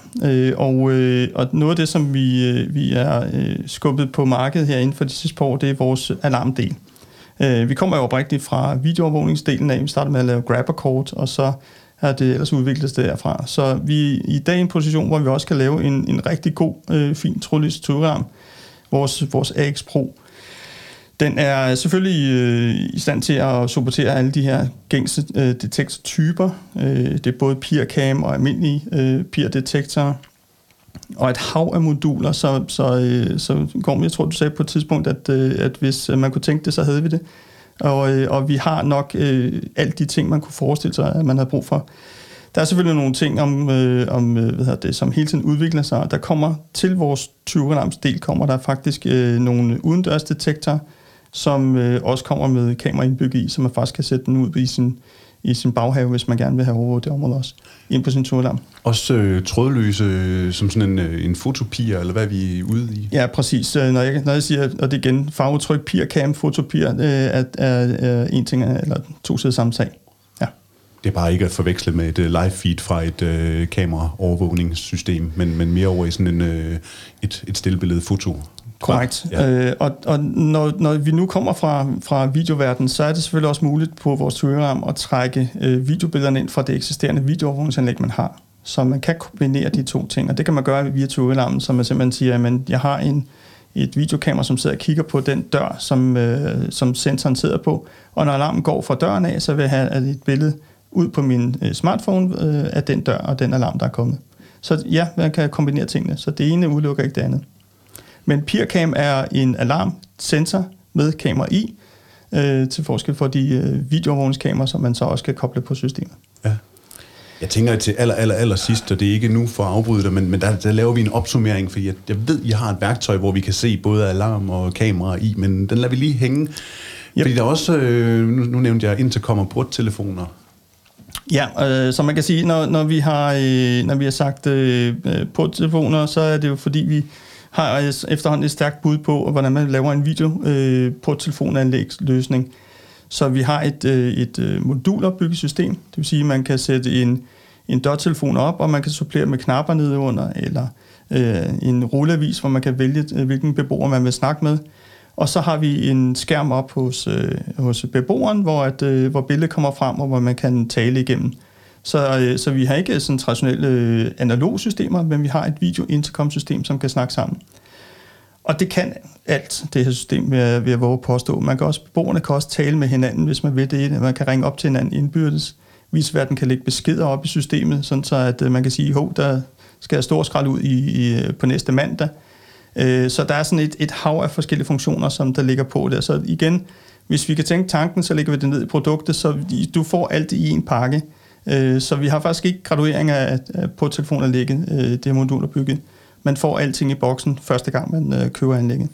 og noget af det, som vi er skubbet på markedet her inden for de sidste par år, det er vores alarmdel. Vi kommer jo oprigtigt fra videoovervågningsdelen af. Vi starter med at lave grabberkort, og så er det ellers udviklet derfra. Så vi er i dag i en position, hvor vi også kan lave en rigtig god, fin trådløs tyvealarm. Vores AX Pro. Den er selvfølgelig i stand til at supportere alle de her gængse detektortyper. Det er både PIR-cam og almindelige PIR-detektorer. Og et hav af moduler, så Gorm, jeg tror, du sagde på et tidspunkt, at hvis man kunne tænke det, så havde vi det. Og vi har nok alle de ting, man kunne forestille sig, at man havde brug for. Der er selvfølgelig nogle ting, som hele tiden udvikler sig. Der kommer til vores tyvealarmsdel, kommer der faktisk nogle udendørsdetektorer, som også kommer med kamera indbygget i, så man faktisk kan sætte den ud i sin baghave, hvis man gerne vil have overvåget det område også, ind på sin tyvealarm. Også trådløse, som sådan en fotopir, eller hvad er vi ude i? Ja, præcis. Når jeg siger, og det igen, farvetryk, PIR-cam, fotopir, er en ting, eller to sider samme sag. Ja. Det er bare ikke at forveksle med et live feed fra et kameraovervågningssystem, men mere over i sådan et stillbillede foto. Korrekt. Ja. Og når vi nu kommer fra videoverdenen, så er det selvfølgelig også muligt på vores tyvealarm at trække videobillederne ind fra det eksisterende videoovervågningsanlæg, man har. Så man kan kombinere de to ting, og det kan man gøre via tyvealarmen, så man simpelthen siger, at jeg har et videokamera, som sidder og kigger på den dør, som sensoren sidder på, og når alarmen går fra døren af, så vil jeg have et billede ud på min smartphone af den dør og den alarm, der er kommet. Så ja, man kan kombinere tingene, så det ene udelukker ikke det andet. Men PIR-cam er en alarmsensor med kamera i, til forskel for de videoovervågningskameraer, som man så også kan koble på systemet. Ja. Jeg tænker til aller sidst, og det er ikke nu for at afbryde dig, men der laver vi en opsummering, fordi jeg ved, I har et værktøj, hvor vi kan se både alarm og kamera i, men den lader vi lige hænge. Yep. Fordi der også, nu nævnte jeg, intercom og porttelefoner. Ja, så man kan sige, når vi har sagt porttelefoner, så er det jo fordi, vi har efterhånden et stærkt bud på, hvordan man laver en video på telefonanlægsløsning. Så vi har et modulopbygget system, det vil sige, at man kan sætte en dørtelefon op, og man kan supplere med knapper nede under, eller en rulleavis, hvor man kan vælge, hvilken beboer man vil snakke med. Og så har vi en skærm op hos beboeren, hvor billedet kommer frem, og hvor man kan tale igennem. Så vi har ikke sådan traditionelle analogsystemer, men vi har et video-intercom-system, som kan snakke sammen. Og det kan alt, det her system, vil jeg våge påstå. Beboerne kan også tale med hinanden, hvis man vil det. Man kan ringe op til hinanden indbyrdes. Visverden kan lægge beskeder op i systemet, sådan så at man kan sige, der skal stor skrald ud på næste mandag. Så der er sådan et hav af forskellige funktioner, som der ligger på der. Så igen, hvis vi kan tænke tanken, så lægger vi det ned i produktet, så du får alt i en pakke. Så vi har faktisk ikke gradueringer på telefonanlægget, det her modul er bygget. Man får alting i boksen første gang, man køber anlægget.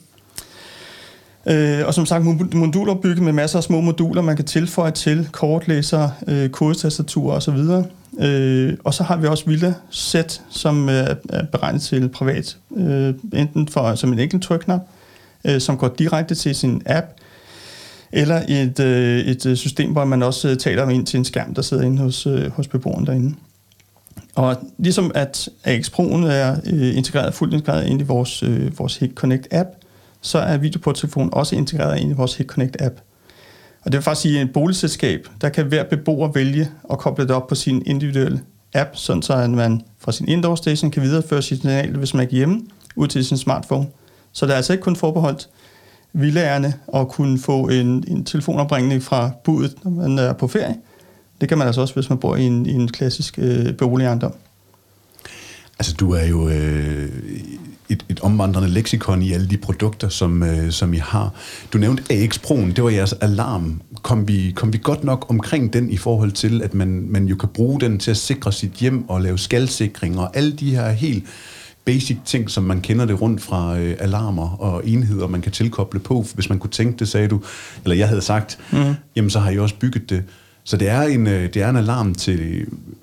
Og som sagt, moduler bygget med masser af små moduler, man kan tilføje til kortlæser, kodetastatur osv. Og så har vi også Villa-sæt, som er beregnet til privat, enten som en enkelt trykknap, som går direkte til sin app, eller et system, hvor man også taler ind til en skærm, der sidder inde hos beboeren derinde. Og ligesom at AX Pro'en er fuldt integreret ind i vores Hik Connect app, så er videoporttelefonen også integreret ind i vores Hik Connect app. Og det vil faktisk sige, at et boligselskab, der kan hver beboer vælge at koble det op på sin individuelle app, sådan så at man fra sin indoor station kan videreføre sit signal, hvis man er hjemme, ud til sin smartphone. Så det er altså ikke kun forbeholdt villaerne at kunne få en telefonopringning fra budet, når man er på ferie. Det kan man altså også, hvis man bor i en klassisk boligejendom. Altså, du er jo et omvandrende leksikon i alle de produkter, som I har. Du nævnte AX Pro'en, det var jeres alarm. Kom vi godt nok omkring den i forhold til, at man jo kan bruge den til at sikre sit hjem og lave skalsikring og alle de her helt basic ting, som man kender det rundt fra alarmer og enheder, man kan tilkoble på. Hvis man kunne tænke det, sagde du, eller jeg havde sagt, jamen så har I også bygget det. Så det er en alarm til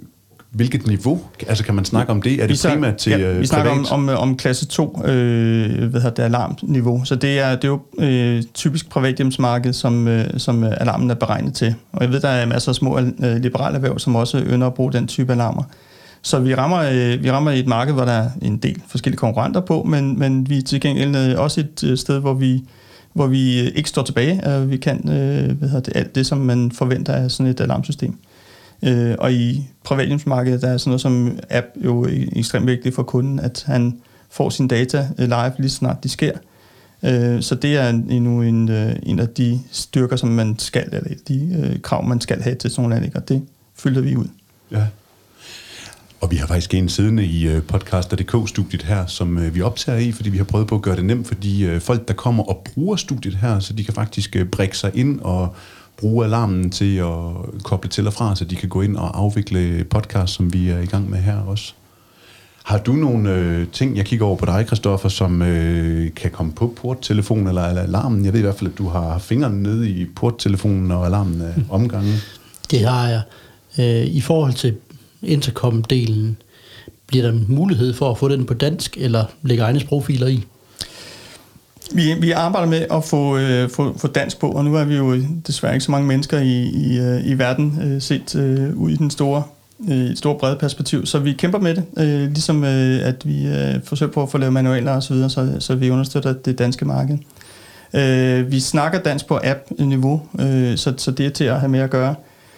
hvilket niveau? Altså kan man snakke om det? Er det primært til vi snakker om klasse 2 alarmniveau. Så det er jo typisk privathjemsmarked, som alarmen er beregnet til. Og jeg ved, der er masser af små liberale erhverv, som også ynder at bruge den type alarmer. Så vi rammer i et marked, hvor der er en del forskellige konkurrenter på, men vi er til gengæld også et sted, hvor vi ikke står tilbage. Vi kan alt det, som man forventer af sådan et alarmsystem. Og i privathjemsmarkedet, der er sådan noget som app jo ekstremt vigtigt for kunden, at han får sine data live lige snart de sker. Så det er endnu en af de styrker, som man skal, eller de krav, man skal have til sådan nogle anlæg, og det fylder vi ud. Ja. Og vi har faktisk en siddende i podcaster.dk-studiet her, som vi optager i, fordi vi har prøvet på at gøre det nemt for de folk, der kommer og bruger studiet her, så de kan faktisk brække sig ind og bruge alarmen til at koble til og fra, så de kan gå ind og afvikle podcast, som vi er i gang med her også. Har du nogle ting, jeg kigger over på dig, Christoffer, som kan komme på porttelefonen eller alarmen? Jeg ved i hvert fald, at du har fingrene nede i porttelefonen, og alarmen er omgangen. Det har jeg. I forhold til intercom-delen, bliver der mulighed for at få den på dansk, eller lægge egne sprogfiler i? Vi arbejder med at få dansk på, og nu er vi jo desværre ikke så mange mennesker i verden set ud i den store brede perspektiv, så vi kæmper med det, ligesom at vi forsøger på at få lavet manualer og så videre, så vi understøtter det danske marked. Vi snakker dansk på app-niveau, så det er til at have med at gøre,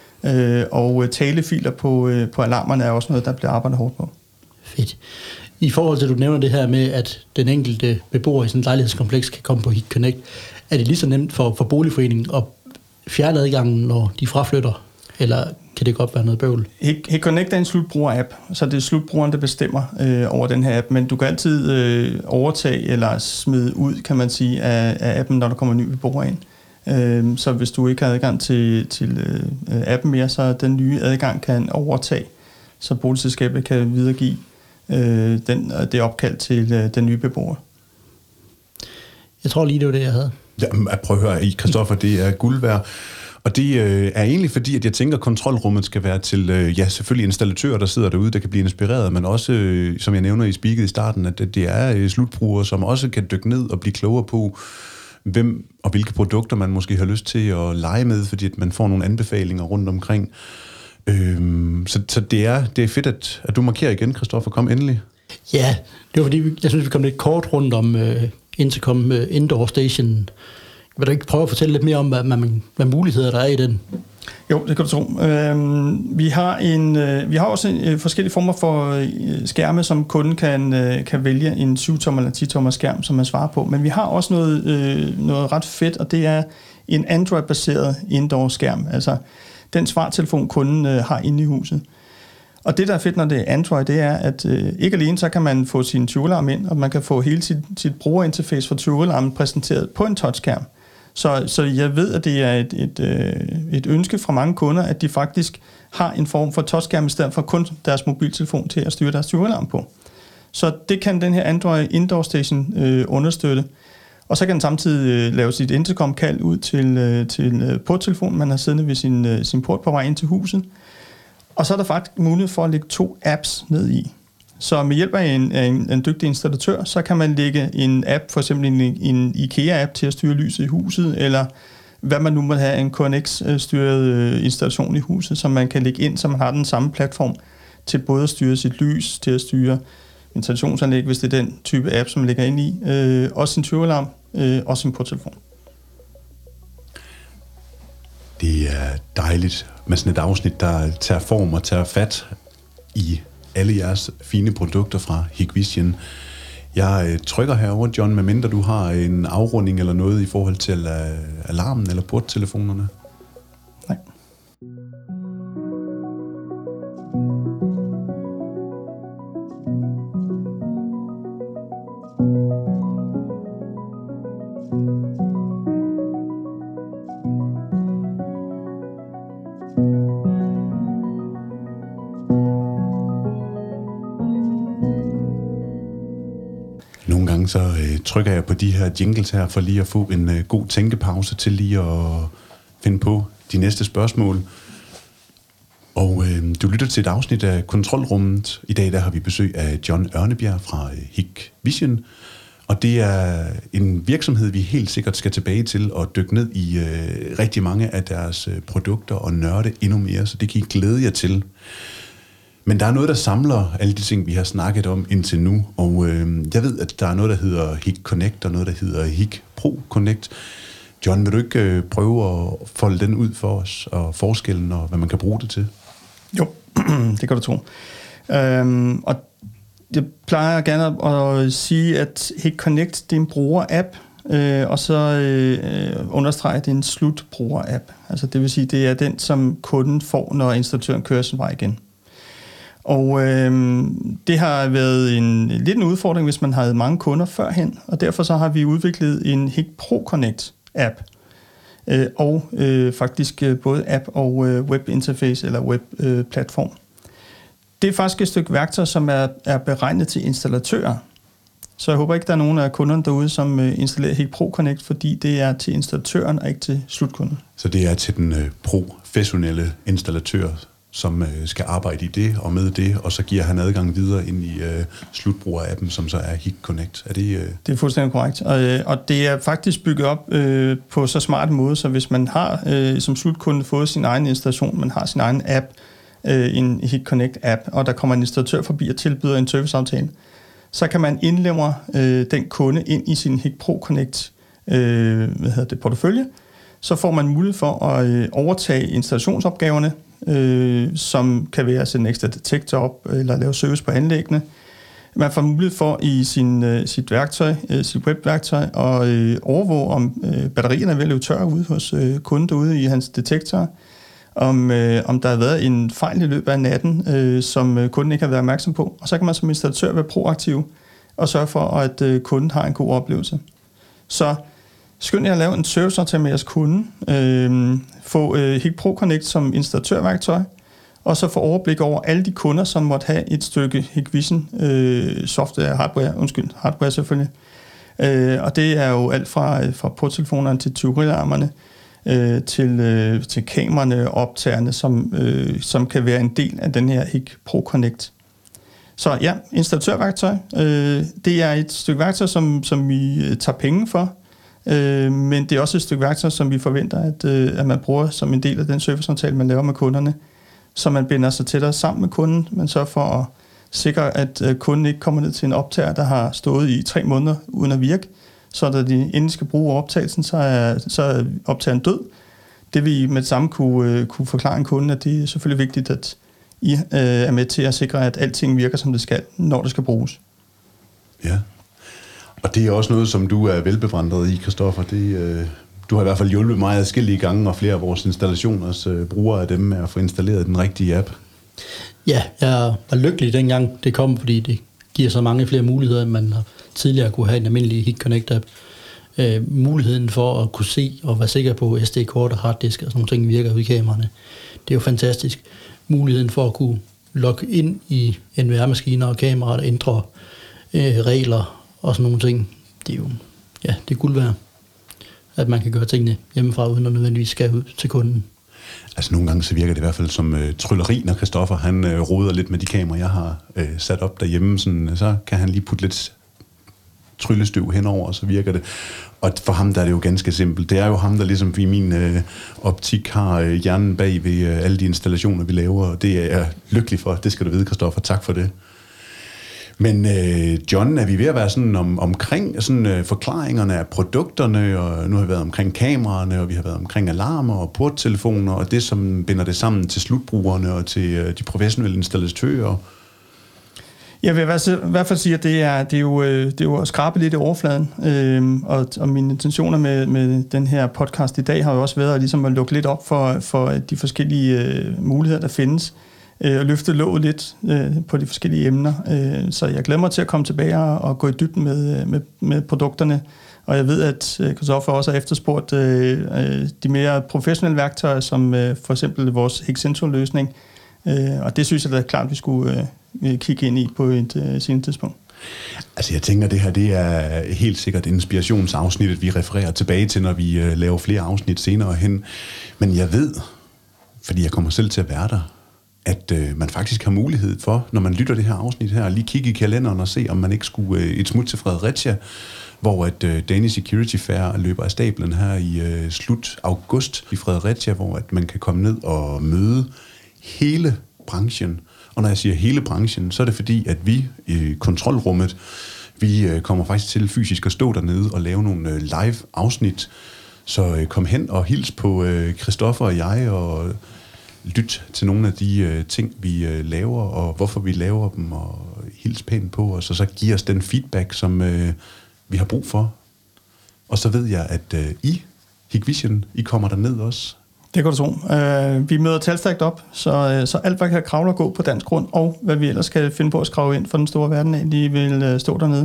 og talefiler på alarmerne er også noget, der bliver arbejdet hårdt på. Fedt. I forhold til, at du nævner det her med, at den enkelte beboer i sådan et lejlighedskompleks kan komme på Hit Connect, er det lige så nemt for boligforeningen at fjerne adgangen, når de fraflytter, eller kan det godt være noget bøvl? Hit Connect er en slutbruger-app, så det er slutbrugeren, der bestemmer over den her app, men du kan altid overtage eller smide ud, kan man sige, af appen, når der kommer en ny beboer ind. Så hvis du ikke har adgang til appen mere, så den nye adgang kan overtage, så boligselskabet kan videregive det opkald til den nye beboer. Jeg tror lige, det var det, jeg havde. Ja, prøv at høre, Christoffer, det er guld værd. Og det er egentlig fordi, at jeg tænker, at kontrolrummet skal være til, selvfølgelig installatører, der sidder derude, der kan blive inspireret, men også, som jeg nævner i speaket i starten, at det er slutbrugere, som også kan dykke ned og blive klogere på, hvem og hvilke produkter man måske har lyst til at lege med, fordi at man får nogle anbefalinger rundt omkring. Så det er fedt, at du markerer igen, Christoffer. Kom endelig. Ja, det var fordi, jeg synes, vi kom lidt kort rundt om Intercom Indoor Station. Vil du ikke prøve at fortælle lidt mere om, hvad muligheder der er i den? Jo, det kan du tro. Vi har også forskellige former for skærme, som kunden kan vælge en 7-tommer eller 10-tommer skærm, som man svarer på. Men vi har også noget ret fedt, og det er en Android-baseret indoor-skærm. Altså den svartelefon, kunden har inde i huset. Og det, der er fedt, når det er Android, det er, at ikke alene så kan man få sin tyvealarm ind, og man kan få hele sit brugerinterface for tyvealarmen præsenteret på en touchskærm. Så jeg ved, at det er et ønske fra mange kunder, at de faktisk har en form for touchskærm, i stedet for kun deres mobiltelefon til at styre deres tyvealarm på. Så det kan den her Android Indoor Station understøtte. Og så kan den samtidig lave sit intercom-kald ud til porttelefonen, man har siddende ved sin port på vej ind til huset. Og så er der faktisk mulighed for at lægge 2 apps ned i. Så med hjælp af en dygtig installatør, så kan man lægge en app, for eksempel en IKEA-app til at styre lyset i huset, eller hvad man nu må have, en KNX-styret installation i huset, som man kan lægge ind, så man har den samme platform til både at styre sit lys, til at styre installationsanlæg, hvis det er den type app, som man lægger ind i, også sin tyvealarm, og sin porttelefon. Det er dejligt med sådan et afsnit, der tager form og tager fat i alle jeres fine produkter fra Hikvision. Jeg trykker herover, John, medmindre du har en afrunding eller noget i forhold til alarmen eller porttelefonerne. Nej. Så trykker jeg på de her jingles her, for lige at få en god tænkepause til lige at finde på de næste spørgsmål. Og du lytter til et afsnit af Kontrolrummet. I dag der har vi besøg af John Ørnebjerg fra Hikvision. Og det er en virksomhed, vi helt sikkert skal tilbage til og dykke ned i rigtig mange af deres produkter og nørde endnu mere, så det kan I glæde jer til. Men der er noget, der samler alle de ting, vi har snakket om indtil nu, og jeg ved, at der er noget, der hedder Hik Connect, og noget, der hedder Hik Pro Connect. John, vil du ikke prøve at folde den ud for os, og forskellen, og hvad man kan bruge det til? Jo, det kan du tro. Og jeg plejer gerne at sige, at Hik Connect, det er en bruger-app, og så understreger det en slutbruger-app. Altså det vil sige, det er den, som kunden får, når installatøren kører sin vej igen. Og det har været lidt en udfordring, hvis man havde mange kunder førhen, og derfor så har vi udviklet en Hik Pro Connect app, og faktisk både app og web interface eller web platform. Det er faktisk et stykke værktøj, som er beregnet til installatører. Så jeg håber ikke, der er nogen af kunderne derude, som installerer Hik Pro Connect, fordi det er til installatøren og ikke til slutkunden. Så det er til den professionelle installatør, som skal arbejde i det og med det, og så giver han adgang videre ind i slutbruger-appen, som så er Hik Connect. Er det? Det er fuldstændig korrekt. Og det er faktisk bygget op på så smart en måde, så hvis man har som slutkunde fået sin egen installation, man har sin egen app, en Hik Connect app, og der kommer en installatør forbi og tilbyder en serviceaftale, så kan man indlemme den kunde ind i sin Hik Pro Connect portefølje. Så får man mulighed for at overtage installationsopgaverne, som kan være at sætte en ekstra detektor op eller lave service på anlæggene. Man får mulighed for i sit værktøj, sit webværktøj, at overvåge, om batterierne er ved at løbe tør ude hos kunden derude i hans detektor, om der har været en fejl i løbet af natten, som kunden ikke har været opmærksom på. Og så kan man som installatør være proaktiv og sørge for, at kunden har en god oplevelse. Så skynd jer at lave en serviceaftale med jeres kunde, få Hik Pro Connect som installatørværktøj, og så få overblik over alle de kunder, som måtte have et stykke Hikvision hardware selvfølgelig. Og det er jo alt fra porttelefonerne til tyverialarmerne, til kameraerne og optagerne, som kan være en del af den her Hik Pro Connect. Så ja, installatørværktøj, det er et stykke værktøj, som vi tager penge for, men det er også et stykke værktøj, som vi forventer, at man bruger som en del af den serviceaftale, man laver med kunderne, så man binder sig tættere sammen med kunden, men så for at sikre, at kunden ikke kommer ned til en optager, der har stået i 3 måneder uden at virke, så da de endelig skal bruge optagelsen, så er optageren død. Det vil I med det samme kunne forklare en kunde, at det er selvfølgelig vigtigt, at I er med til at sikre, at alting virker, som det skal, når det skal bruges. Ja, og det er også noget, som du er velbevandret i, Christoffer. Du har i hvert fald hjulpet mig adskillige gange, og flere af vores installationers brugere af dem med at få installeret den rigtige app. Ja, jeg var lykkelig dengang det kom, fordi det giver så mange flere muligheder, end man tidligere kunne have en almindelig Hik Connect-app. Muligheden for at kunne se og være sikker på SD-kort og harddisk og sådan nogle ting virker ude i kameraerne. Det er jo fantastisk. Muligheden for at kunne logge ind i NVR-maskiner og kameraer og ændre regler og sådan nogle ting. Det er jo, ja, det er guld værd, at man kan gøre tingene hjemmefra, uden at nødvendigvis skal ud til kunden. Altså nogle gange så virker det i hvert fald som trylleri, når Christoffer han roder lidt med de kameraer, jeg har sat op derhjemme. Sådan, så kan han lige putte lidt tryllestøv henover, og så virker det. Og for ham der er det jo ganske simpelt. Det er jo ham, der ligesom i min optik har hjernen bag ved alle de installationer, vi laver, og det er jeg lykkelig for. Det skal du vide, Christoffer. Tak for det. Men John, er vi ved at være sådan omkring sådan, forklaringerne af produkterne, og nu har vi været omkring kameraerne, og vi har været omkring alarmer og porttelefoner, og det, som binder det sammen til slutbrugerne og til de professionelle installatører? Jeg vil i hvert fald sige, at det er jo at skrabe lidt i overfladen, og mine intentioner med den her podcast i dag har jo også været ligesom at lukke lidt op for de forskellige muligheder, der findes, og løfte låget lidt på de forskellige emner. Så jeg glæder mig til at komme tilbage og gå i dybden med produkterne. Og jeg ved, at Christoffer også har efterspurgt de mere professionelle værktøjer, som for eksempel vores Hexentro-løsning. Og det synes jeg da klart, vi skulle kigge ind i på et senere tidspunkt. Altså jeg tænker, det her det er helt sikkert inspirationsafsnittet, vi refererer tilbage til, når vi laver flere afsnit senere hen. Men jeg ved, fordi jeg kommer selv til at være der, at man faktisk har mulighed for, når man lytter det her afsnit her, lige kigge i kalenderen og se, om man ikke skulle et smut til Fredericia, hvor at Danish Security Fair løber af stablen her i slut august i Fredericia, hvor at man kan komme ned og møde hele branchen. Og når jeg siger hele branchen, så er det fordi, at vi i kontrolrummet, vi kommer faktisk til fysisk at stå dernede og lave nogle live afsnit. Så kom hen og hils på Christoffer og jeg, og lyt til nogle af de ting, vi laver, og hvorfor vi laver dem, og hils pænt på os, og så giv os den feedback, som vi har brug for. Og så ved jeg, at I, Hikvision, I kommer derned også. Det kan du tro. Vi møder talstærkt op, så alt, hvad kan kravle og gå på dansk grund, og hvad vi ellers kan finde på at skrave ind for den store verden af, de vil stå dernede.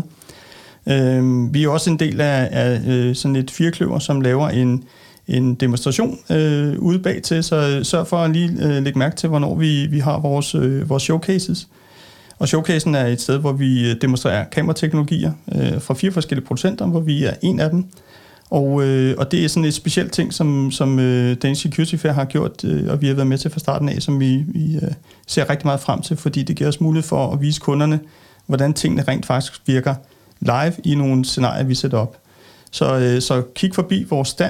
Vi er også en del af sådan et firkløver, som laver en demonstration ude bag til, så sørg for at lige lægge mærke til, hvornår vi har vores showcases. Og showcasen er et sted, hvor vi demonstrerer kamerateknologier fra 4 forskellige producenter, hvor vi er en af dem. Og det er sådan et specielt ting, som Danish Security Fair har gjort, og vi har været med til fra starten af, som vi ser rigtig meget frem til, fordi det giver os mulighed for at vise kunderne, hvordan tingene rent faktisk virker live i nogle scenarier, vi sætter op. Så kig forbi vores stand.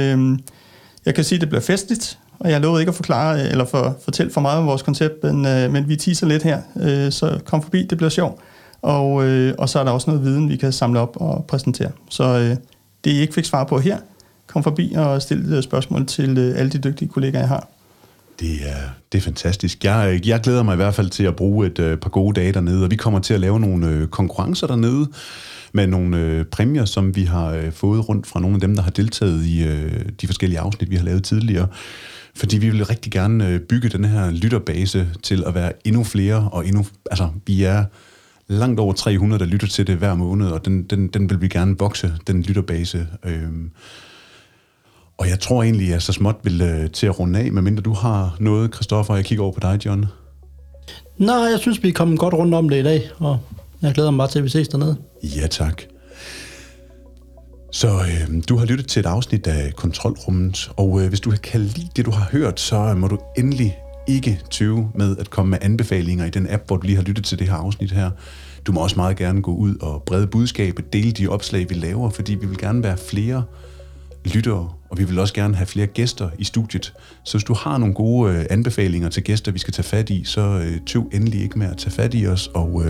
Jeg kan sige, at det bliver festligt, og jeg lovede ikke at forklare eller fortælle for meget om vores koncept, men vi teaser lidt her, så kom forbi, det bliver sjovt. Og så er der også noget viden, vi kan samle op og præsentere. Så det, I ikke fik svar på her, kom forbi og stil spørgsmål til alle de dygtige kollegaer, jeg har. Det er fantastisk. Jeg glæder mig i hvert fald til at bruge et par gode dage dernede, og vi kommer til at lave nogle konkurrencer dernede med nogle præmier, som vi har fået rundt fra nogle af dem, der har deltaget i de forskellige afsnit, vi har lavet tidligere. Fordi vi vil rigtig gerne bygge den her lytterbase til at være endnu flere, og vi er langt over 300, der lytter til det hver måned, og den vil vi gerne vokse, den lytterbase. Og jeg tror egentlig, at jeg så småt vil til at runde af, medmindre du har noget, Christoffer, jeg kigger over på dig, John. Nej, jeg synes, vi er kommet godt rundt om det i dag, og jeg glæder mig bare til, at vi ses dernede. Ja, tak. Så du har lyttet til et afsnit af Kontrolrummet, og hvis du kan lide det, du har hørt, så må du endelig ikke tøve med at komme med anbefalinger i den app, hvor du lige har lyttet til det her afsnit her. Du må også meget gerne gå ud og brede budskabet, dele de opslag, vi laver, fordi vi vil gerne være flere lyttere, og vi vil også gerne have flere gæster i studiet. Så hvis du har nogle gode anbefalinger til gæster, vi skal tage fat i, så tøv endelig ikke med at tage fat i os, og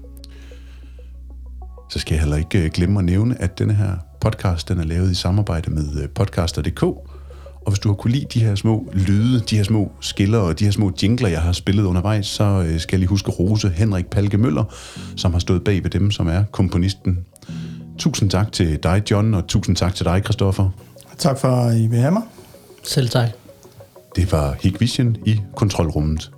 så skal jeg heller ikke glemme at nævne, at denne her podcast, den er lavet i samarbejde med podcaster.dk, og hvis du har kunne lide de her små lyde, de her små skiller og de her små jingler, jeg har spillet undervejs, så skal jeg lige huske rose Henrik Palke Møller, som har stået bag ved dem, som er komponisten. Tusind tak til dig, John, og tusind tak til dig, Christoffer. Tak for, at I vil have mig. Selv tak. Det var Hikvision i Kontrolrummet.